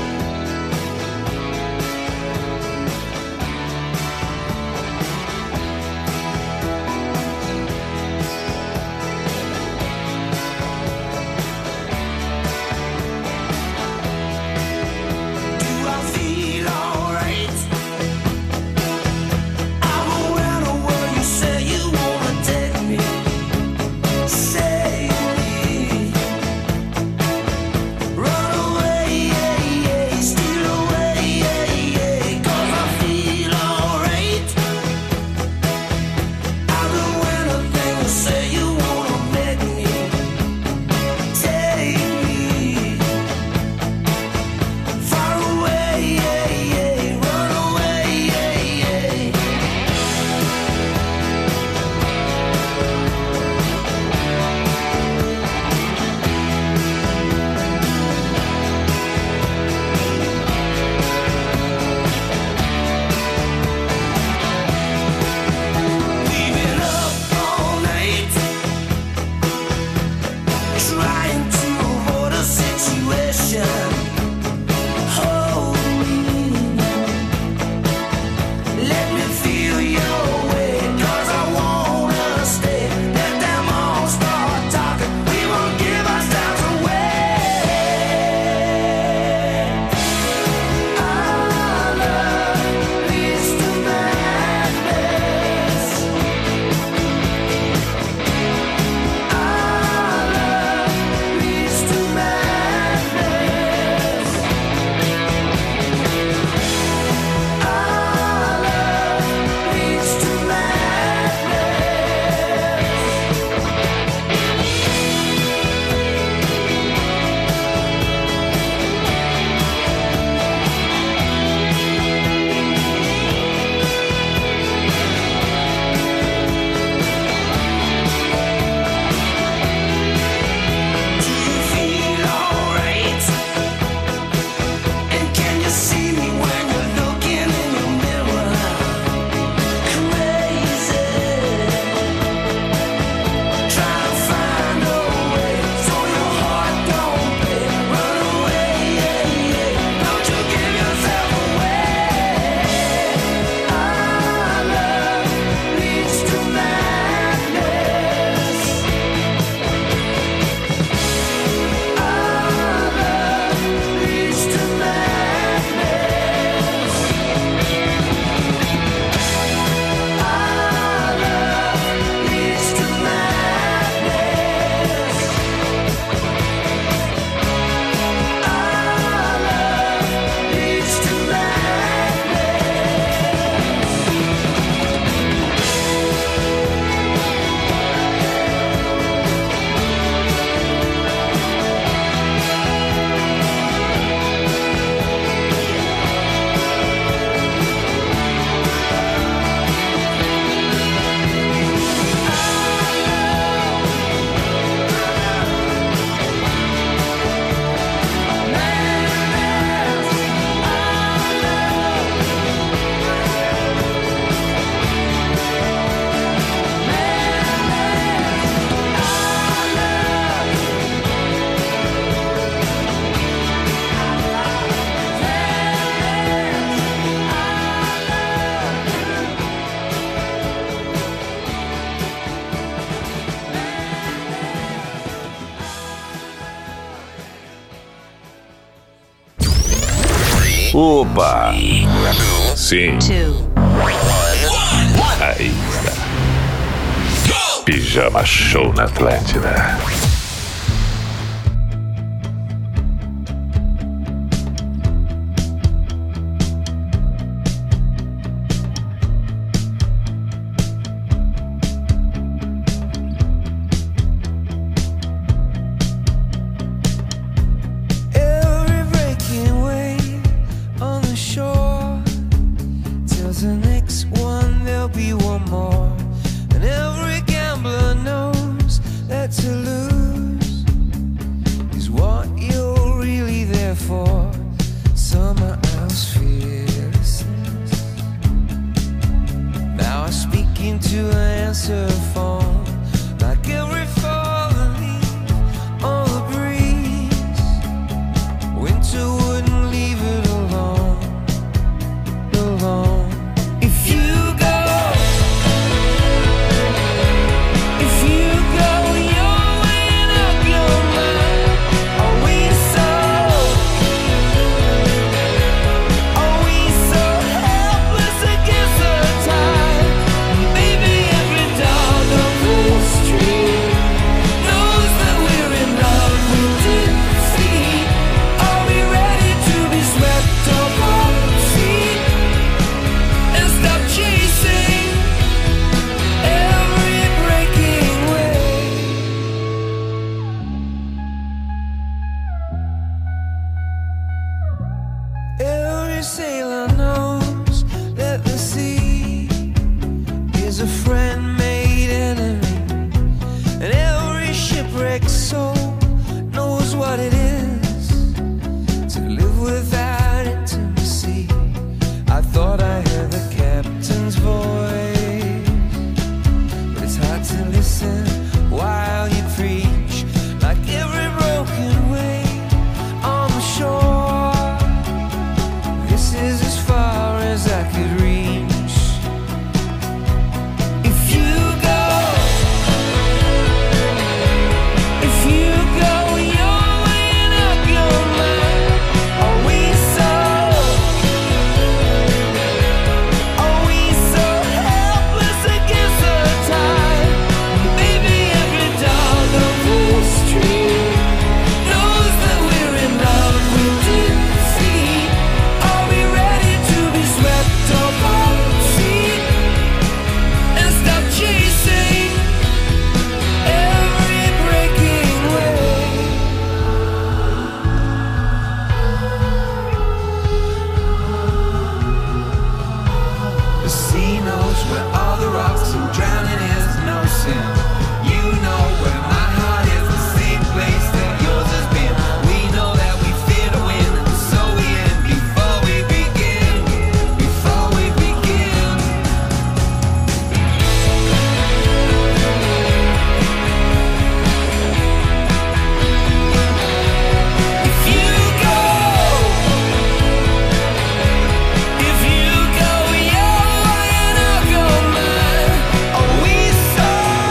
Opa! Sim. Aí está. Pijama Show na Atlântida. breaks soul knows what it is to live without intimacy. I thought I heard the captain's voice, but it's hard to listen while you preach, like every broken wave on the shore. This is as far as I could reach. If you go, if you go your way and I'll go mine, are we so, are we so helpless against the tide? Maybe every dog on the street knows that we're in love with defeat. Are we ready to be swept off our feet and stop chasing every breaking wave? The sea knows where all the rocks and drowning is no sin. You know where my heart is, the same place that yours has been. We know that we fear to win, so we end before we begin. Before we begin. If you go, if you go your way and I'll go mine, are we so,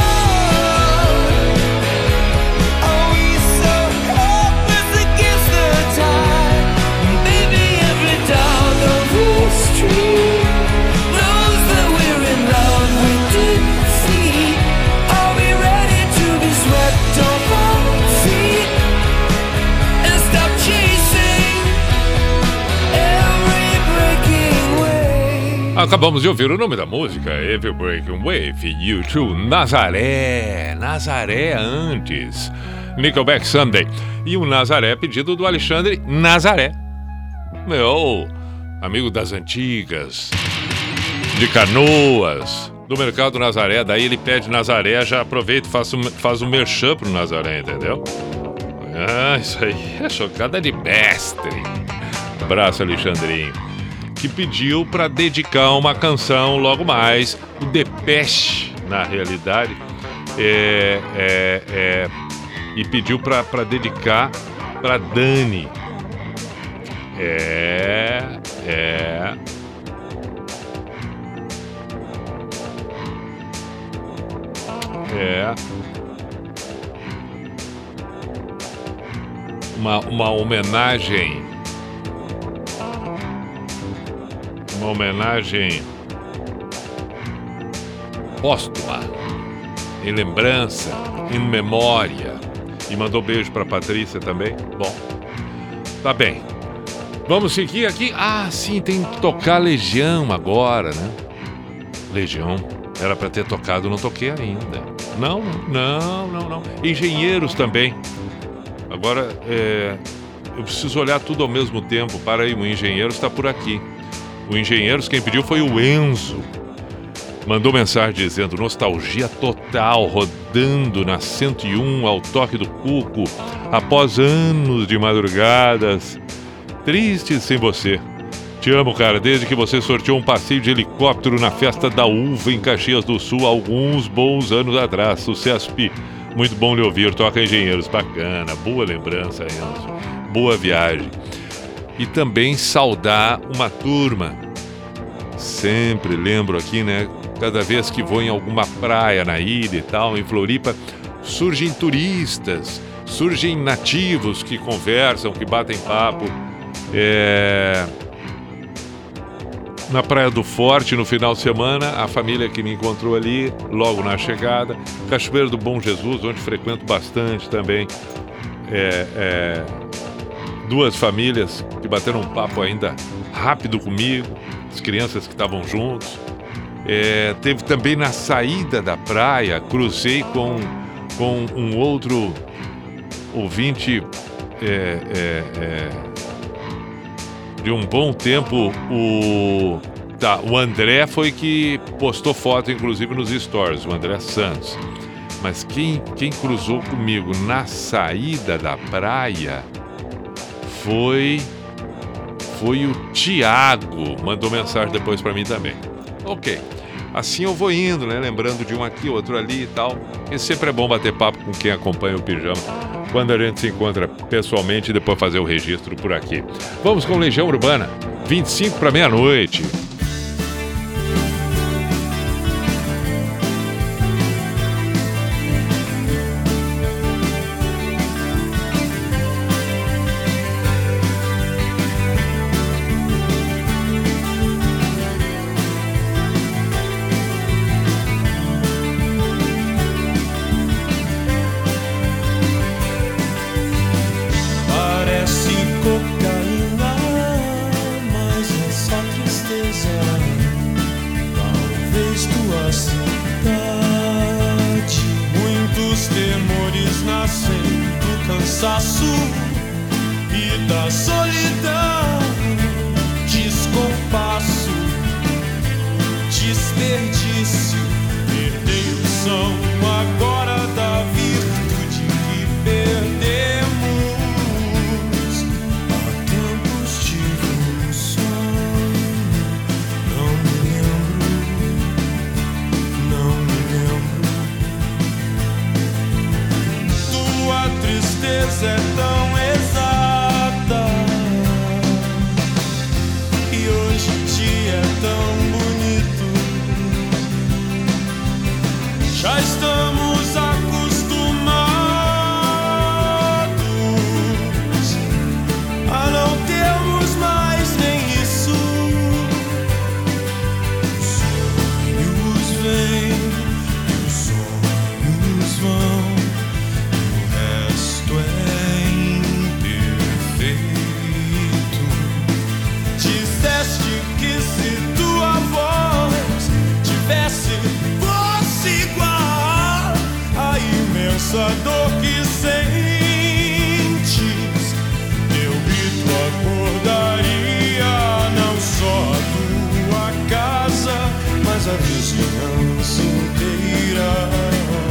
are we so helpless against the tide? Maybe every dog on the street knows that we're in love with defeat. Are we ready to be swept off our feet and stop chasing every breaking wave? Acabamos de ouvir o nome da música, Every Breaking Wave, U dois, Nazaré, Nazaré antes, Nickelback Sunday, e o Nazaré pedido do Alexandre Nazaré, meu amigo das antigas, de Canoas, do Mercado Nazaré. Daí ele pede Nazaré, já aproveita e faz um, faz um merchan pro Nazaré, entendeu? Ah, isso aí é chocada de mestre. Abraço, Alexandrinho, que pediu para dedicar uma canção logo mais, o Depeche, na realidade, é, é, é, e pediu para dedicar para Dani. É, é. É. Uma, uma homenagem. Uma homenagem póstuma, em lembrança, em memória. E mandou beijo pra Patrícia também. Bom, tá bem. Vamos seguir aqui. Ah, sim, tem que tocar Legião agora, né? Legião. Era pra ter tocado, não toquei ainda. Não, não, não, não. Engenheiros também. Agora, é, eu preciso olhar tudo ao mesmo tempo. Para aí, o Engenheiros está por aqui. O Engenheiros, quem pediu foi o Enzo. Mandou mensagem dizendo: nostalgia total, rodando na cento e um ao toque do cuco, após anos de madrugadas tristes sem você. Te amo, cara, desde que você sorteou um passeio de helicóptero na Festa da Uva em Caxias do Sul, alguns bons anos atrás. Sucesso, Pi. Muito bom lhe ouvir. Toca Engenheiros. Bacana. Boa lembrança, Enzo. Boa viagem. E também saudar uma turma. Sempre lembro aqui, né? Cada vez que vou em alguma praia na ilha e tal, em Floripa, surgem turistas, surgem nativos que conversam, que batem papo. É... Na Praia do Forte, no final de semana, a família que me encontrou ali, logo na chegada. Cachoeiro do Bom Jesus, onde frequento bastante também. É, é... Duas famílias que bateram um papo ainda rápido comigo, as crianças que estavam juntos. É, teve também na saída da praia, cruzei com, com um outro ouvinte é, é, é, de um bom tempo. O, tá, o André foi que postou foto, inclusive, nos stories, o André Santos. Mas quem, quem cruzou comigo na saída da praia foi, foi o Tiago. Mandou mensagem depois pra mim também. Ok. Assim eu vou indo, né? Lembrando de um aqui, outro ali e tal. E sempre é bom bater papo com quem acompanha o Pijama quando a gente se encontra pessoalmente e depois fazer o registro por aqui. Vamos com Legião Urbana, vinte e cinco para meia-noite. Parece cocaína, mas é só tristeza. Talvez tua cidade. Muitos temores nascem do cansaço e da solidão. Descompasso, desperdício, herdeiros são agora da virtude que perdemos. Há tempos tive um sonho, não me lembro, não me lembro. Tua tristeza é tão exata e hoje em dia é tão bonito. Já estamos acostumados a não termos mais nem isso. Os sonhos vêm e os sonhos vão, e o resto é imperfeito. Disseste que se tua voz tivesse fosse igual a imensa dor que sentes, teu grito acordaria não só a tua casa, mas a vizinhança inteira.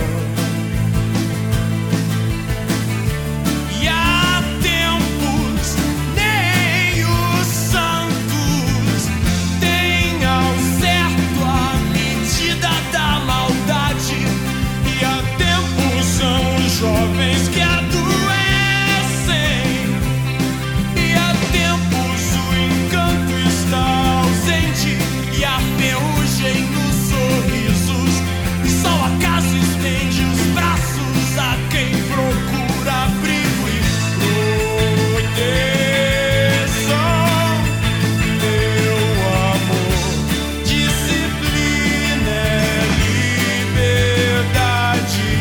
E há tempos nem os santos têm ao certo a medida da maldade. E há tempos são os jovens que adoecem. E há tempos o encanto está ausente e a ferrugem nos sorrisos. E só o acaso estende os braços a quem procura abrigo e proteção. Teu amor, disciplina é liberdade,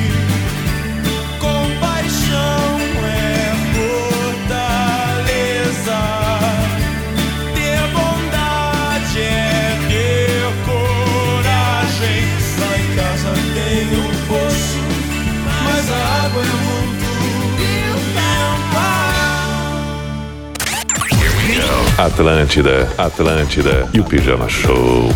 compaixão é fortaleza, ter bondade é ter coragem. Lá em casa tem um poço, mas a água é muito limpa. Atlântida, Atlântida e o Pijama Show.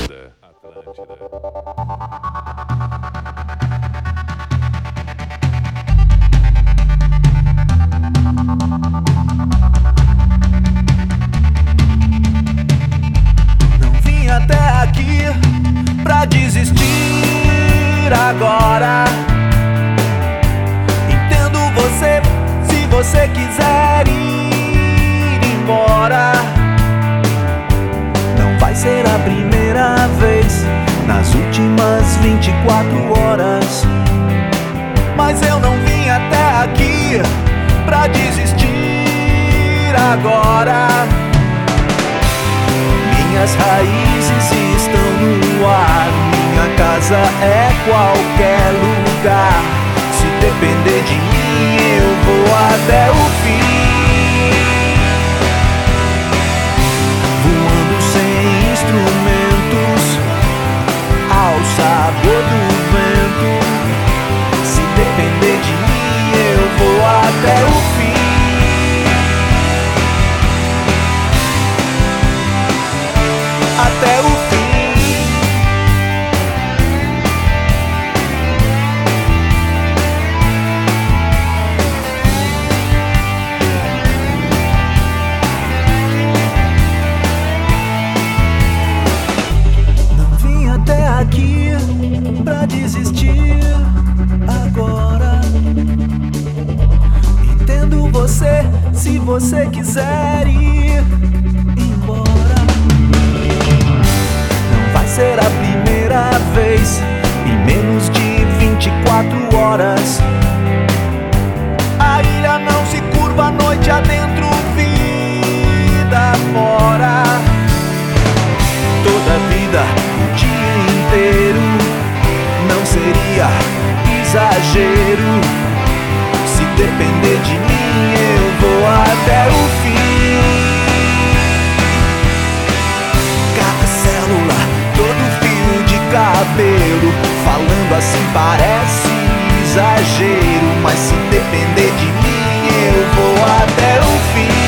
Não vim até aqui pra desistir agora. Entendo você se você quiser ir embora. Não vai ser a primeira vez nas últimas vinte e quatro horas. Mas eu não vim até aqui pra desistir agora. Minhas raízes estão no ar. Minha casa é qualquer lugar. Se depender de mim, eu vou até o fim. Voando sem instrumentos, ao sabor do vento. Se depender de mim, eu vou até o fim. Até o fim. você quiser ir embora, não vai ser a primeira vez. Em menos de vinte e quatro horas, a ilha não se curva, noite adentro, vida fora. Toda vida, o dia inteiro, não seria exagero. Se depender de mim, eu vou até o fim. Cada célula, todo fio de cabelo, falando assim parece exagero, mas se depender de mim, eu vou até o fim.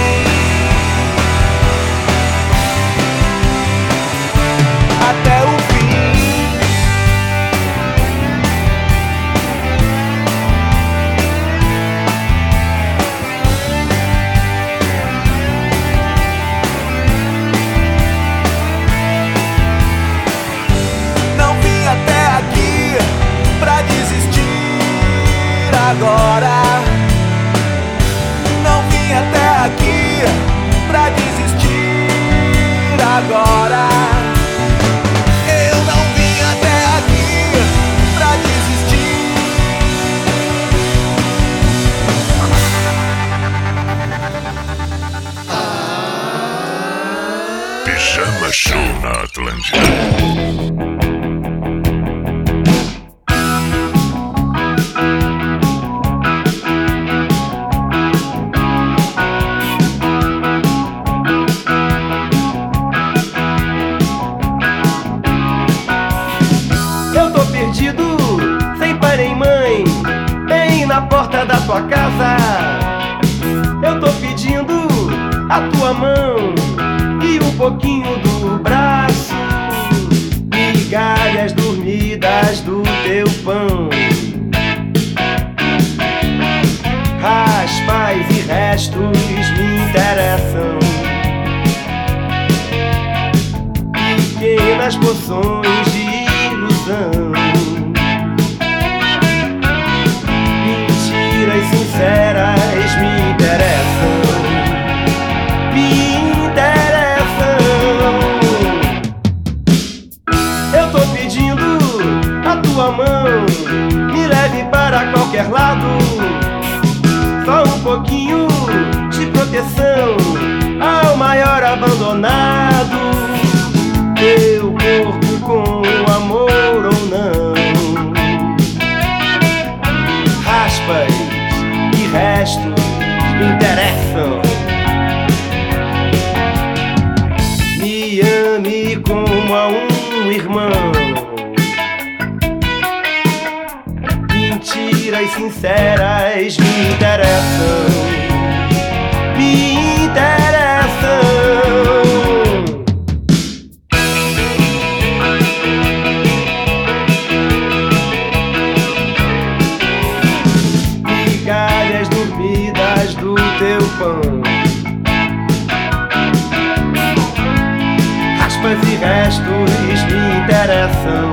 Até o fim. Não vim até aqui pra desistir agora. Não vim até aqui pra desistir agora. Eu não vim até aqui pra desistir. Pijama Show na Atlântida. Na porta da tua casa, eu tô pedindo a tua mão e um pouquinho do braço, migalhas dormidas do teu pão, raspas e restos me interessam, pequenas poções de ilusão. Sinceras me interessam, me interessam. Eu tô pedindo a tua mão, me leve para qualquer lado. Só um pouquinho de proteção ao maior abandonado. Teu corpo com amor ou não, raspas e restos me interessam. Me ame como a um irmão. Mentiras sinceras me interessam, me interessam. Teu pão, raspas e restos me interessam,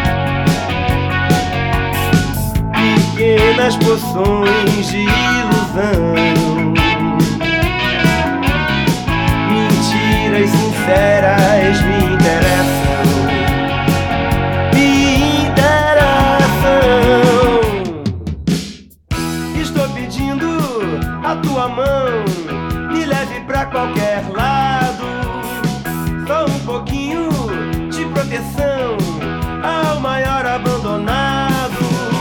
pequenas poções de ilusão, mentiras sinceras me interessam, me interessam. Estou pedindo a tua mão, me leve pra qualquer lado. Só um pouquinho de proteção ao maior abandonado.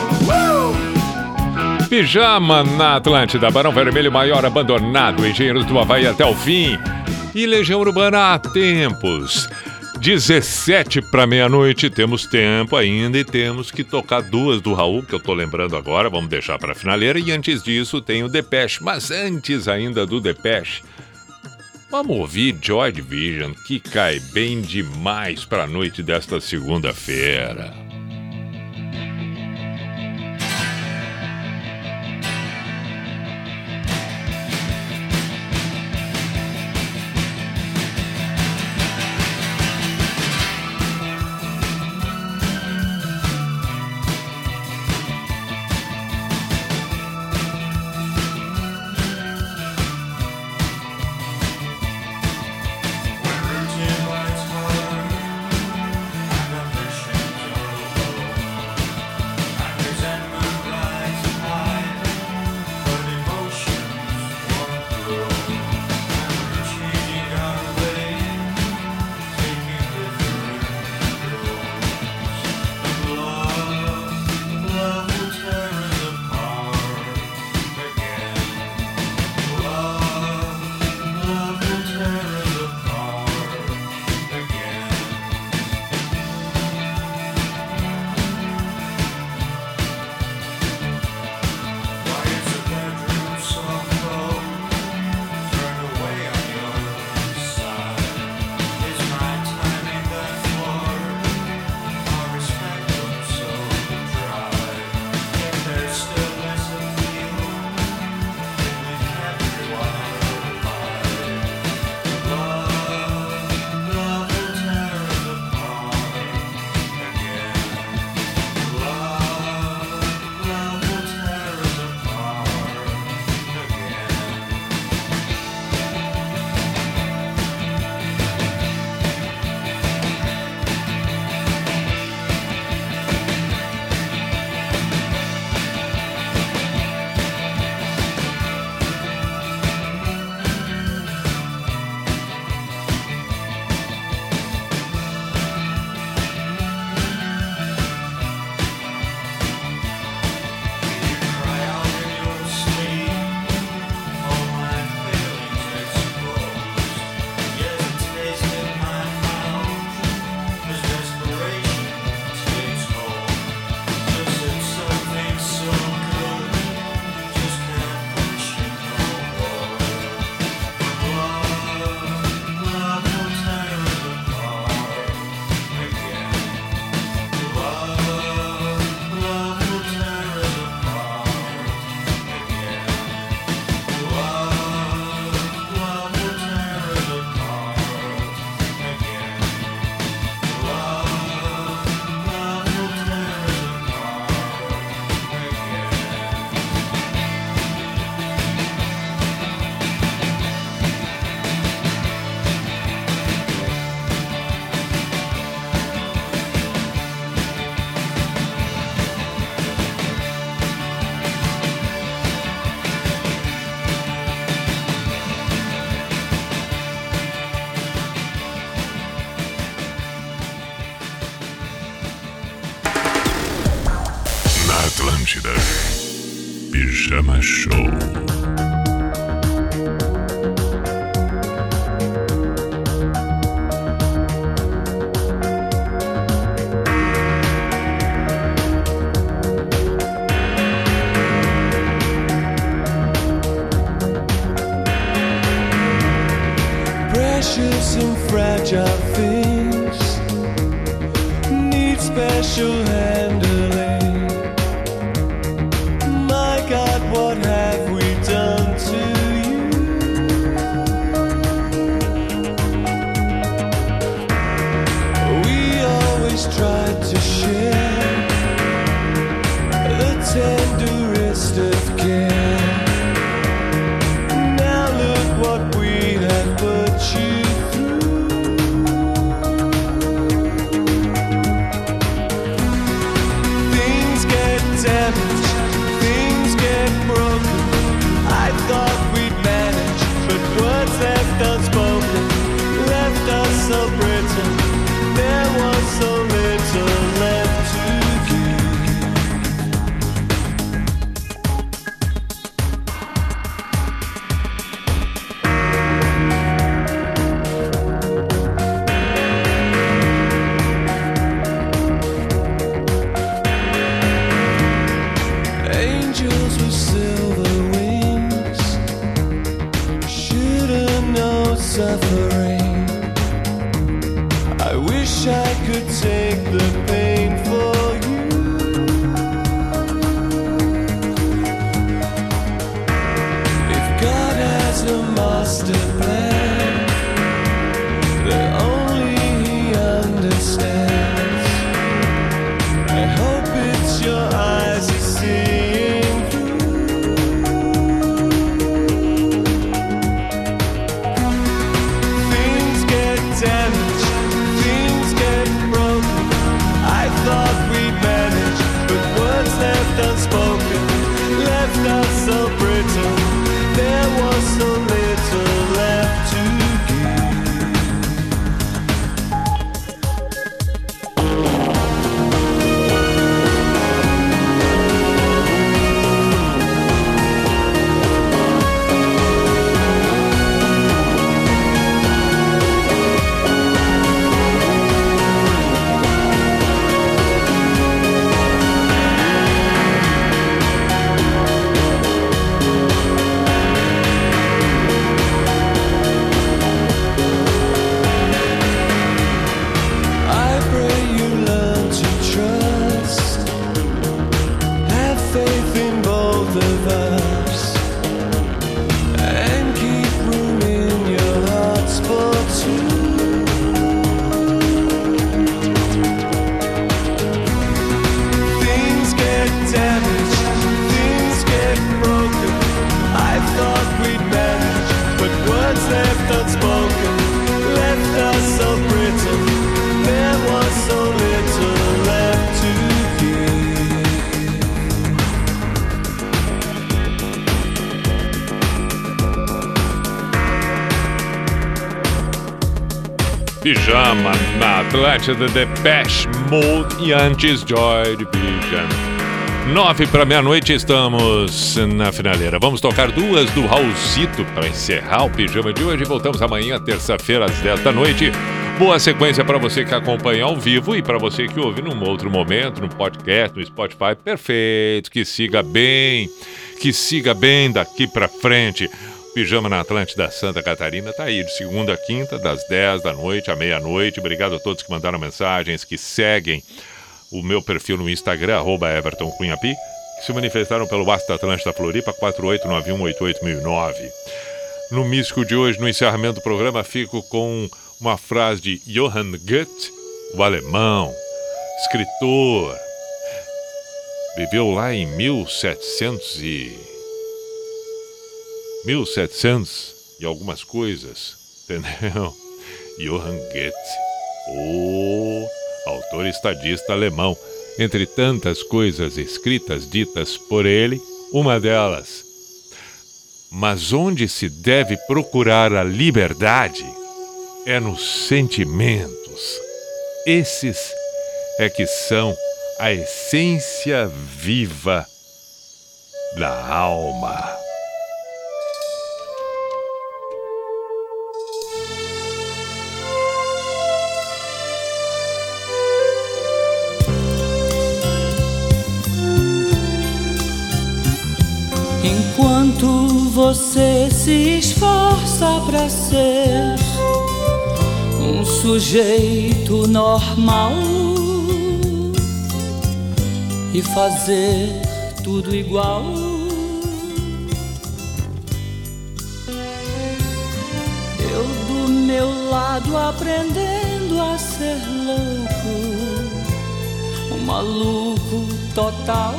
uh! Pijama na Atlântida, Barão Vermelho, maior abandonado, Engenheiros do Havaí até o fim. E Legião Urbana há tempos. dezessete para meia-noite, temos tempo ainda e temos que tocar duas do Raul, que eu tô lembrando agora, vamos deixar para a finaleira. E antes disso tem o Depeche, mas antes ainda do Depeche, vamos ouvir Joy Division, que cai bem demais para a noite desta segunda-feira. Atlântida. Pijama Show. Precious and fragile things need special handling. My God, what have we done to you? We always tried to share the tenderest of care. Now look what we have put you through. Things get damaged, things get broken. I thought we'd manage, but words left unspoken left us so brittle. There was so little left to give. Angels with silver wings shouldn't know suffering. I wish I could take the pain for you. If God has a master plan that only He understands, I hope it's your eyes are seeing through. Things get damaged, things get broken. I thought we'd manage, but words left unspoken left us so brittle. There was so little left to I pray you learn to trust, have faith in both of us, and keep room in your hearts for two. Things get damaged, things get broken. I thought we'd manage, but words left unspoken left us so brittle. There was so little left to Pijama na Atlântida, Depeche Mode e antes Joy Division. Nove para meia-noite, estamos na finaleira. Vamos tocar duas do Raulzito para encerrar o Pijama de hoje. Voltamos amanhã, terça-feira, às dez da noite. Boa sequência para você que acompanha ao vivo e para você que ouve num outro momento, no podcast, no Spotify. Perfeito, que siga bem, que siga bem daqui para frente. Pijama na Atlântida Santa Catarina tá aí de segunda a quinta, das dez da noite à meia-noite. Obrigado a todos que mandaram mensagens, que seguem o meu perfil no Instagram, arroba Everton Cunhapi, que se manifestaram pelo WhatsApp da Atlântida Floripa, quatro oito nove um oito oito mil e nove. No Místico de hoje, no encerramento do programa, fico com uma frase de Johann Goethe, o alemão, escritor. Viveu lá em mil e setecentos e... mil e setecentos e algumas coisas, entendeu? Johann Goethe, o autor estadista alemão. Entre tantas coisas escritas, ditas por ele, uma delas: mas onde se deve procurar a liberdade é nos sentimentos. Esses é que são a essência viva da alma. Enquanto você se esforça pra ser um sujeito normal e fazer tudo igual, eu do meu lado aprendendo a ser louco, um maluco total,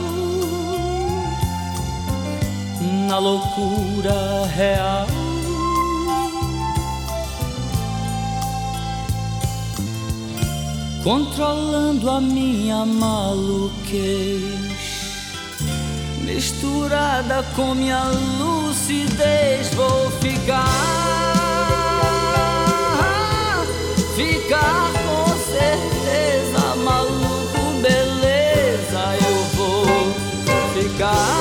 na loucura real. Controlando a minha maluquez, misturada com minha lucidez, vou ficar, ficar com certeza, maluco, beleza, eu vou ficar.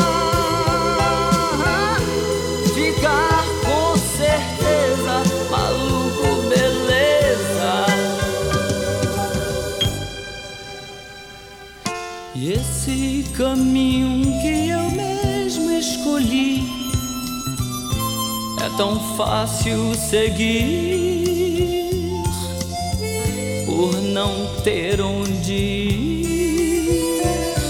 E esse caminho que eu mesmo escolhi é tão fácil seguir, por não ter onde ir.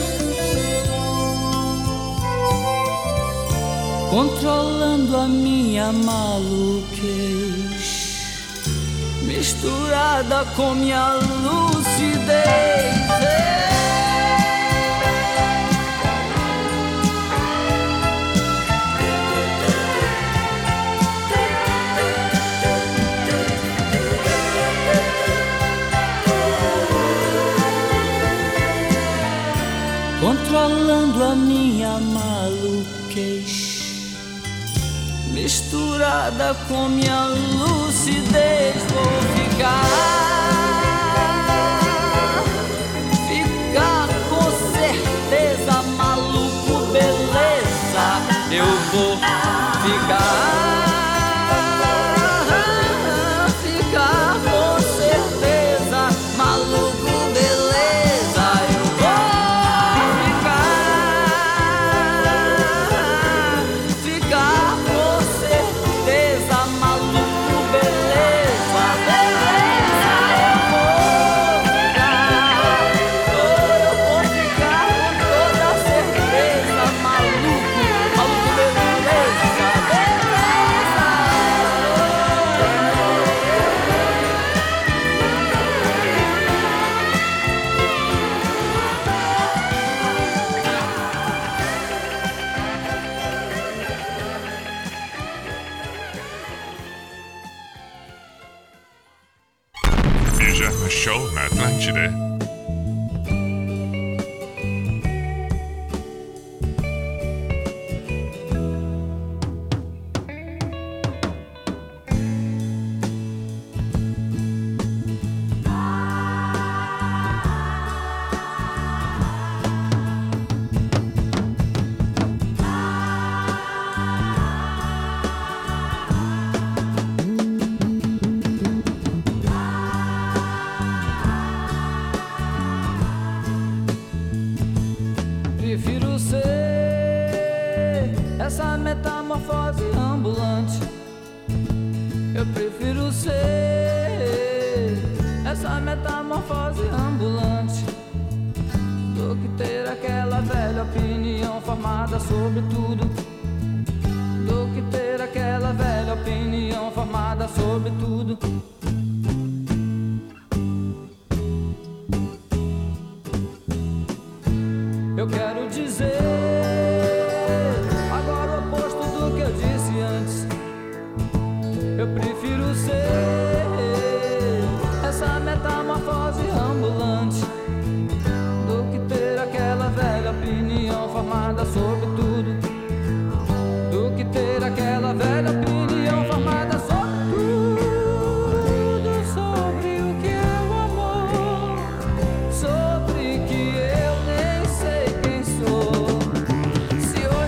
Controlando a minha maluquez, misturada com minha lucidez. Controlando a minha maluquez, misturada com minha lucidez, vou ficar, ficar com certeza, maluco, beleza, eu vou ficar. Show na Atlântida. Sobre que eu nem sei quem sou. Se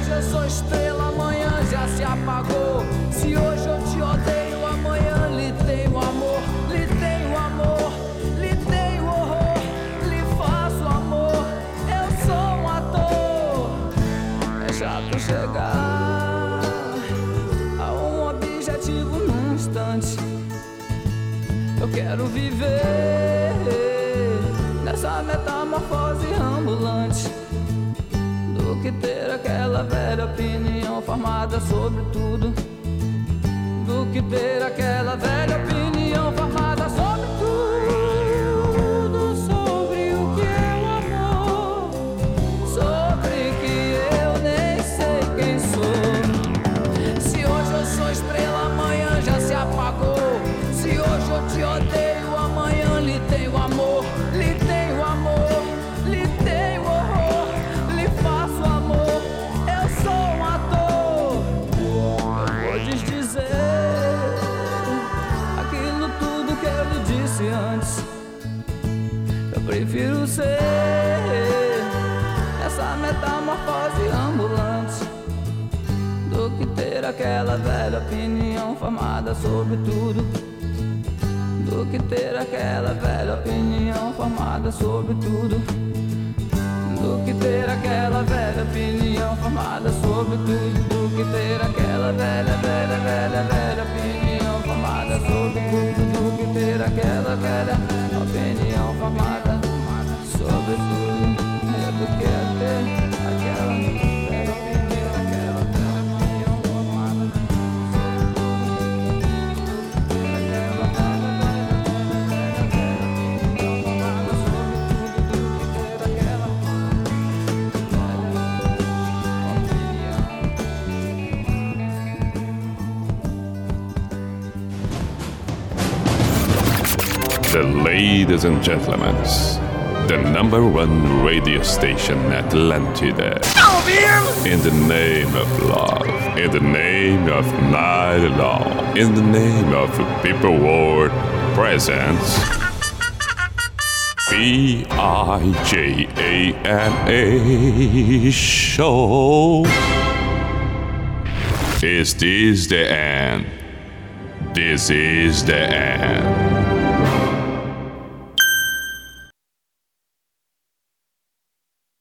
sou estrela, amanhã já se apagou. Se hoje eu te odeio, amanhã lhe tenho amor. Lhe tenho amor, lhe tenho horror. Lhe faço amor, eu sou um ator. É chato chegar a um objetivo num instante. Eu quero viver nessa metamorfose ambulante, do que ter aquela velha opinião formada sobre tudo, do que ter aquela velha opinião formada sobre tudo, sobre o que é o amor, sobre que eu nem sei quem sou. Se hoje eu sou estrela, amanhã já se apagou. Se hoje eu te odeio, amanhã lhe tenho amor. Lhe tenho amor, lhe tenho horror. Lhe faço amor, eu sou um ator. Eu vou desdizer aquilo tudo que eu lhe disse antes. Eu prefiro ser essa metamorfose ambulante, do que ter aquela velha opinião formada sobre tudo, do que ter aquela velha opinião formada sobre tudo, do que ter aquela velha opinião formada sobre tudo, do que ter aquela velha, velha, velha, velha opinião formada sobre tudo, do que ter aquela velha opinião formada sobre tudo, é do que ter aquela velha opinião, aquela velha opinião formada The ladies and gentlemen, the number one radio station Atlantida. In the name of love, in the name of night long, in the name of people world presents B I J A M A show. Is this the end? This is the end.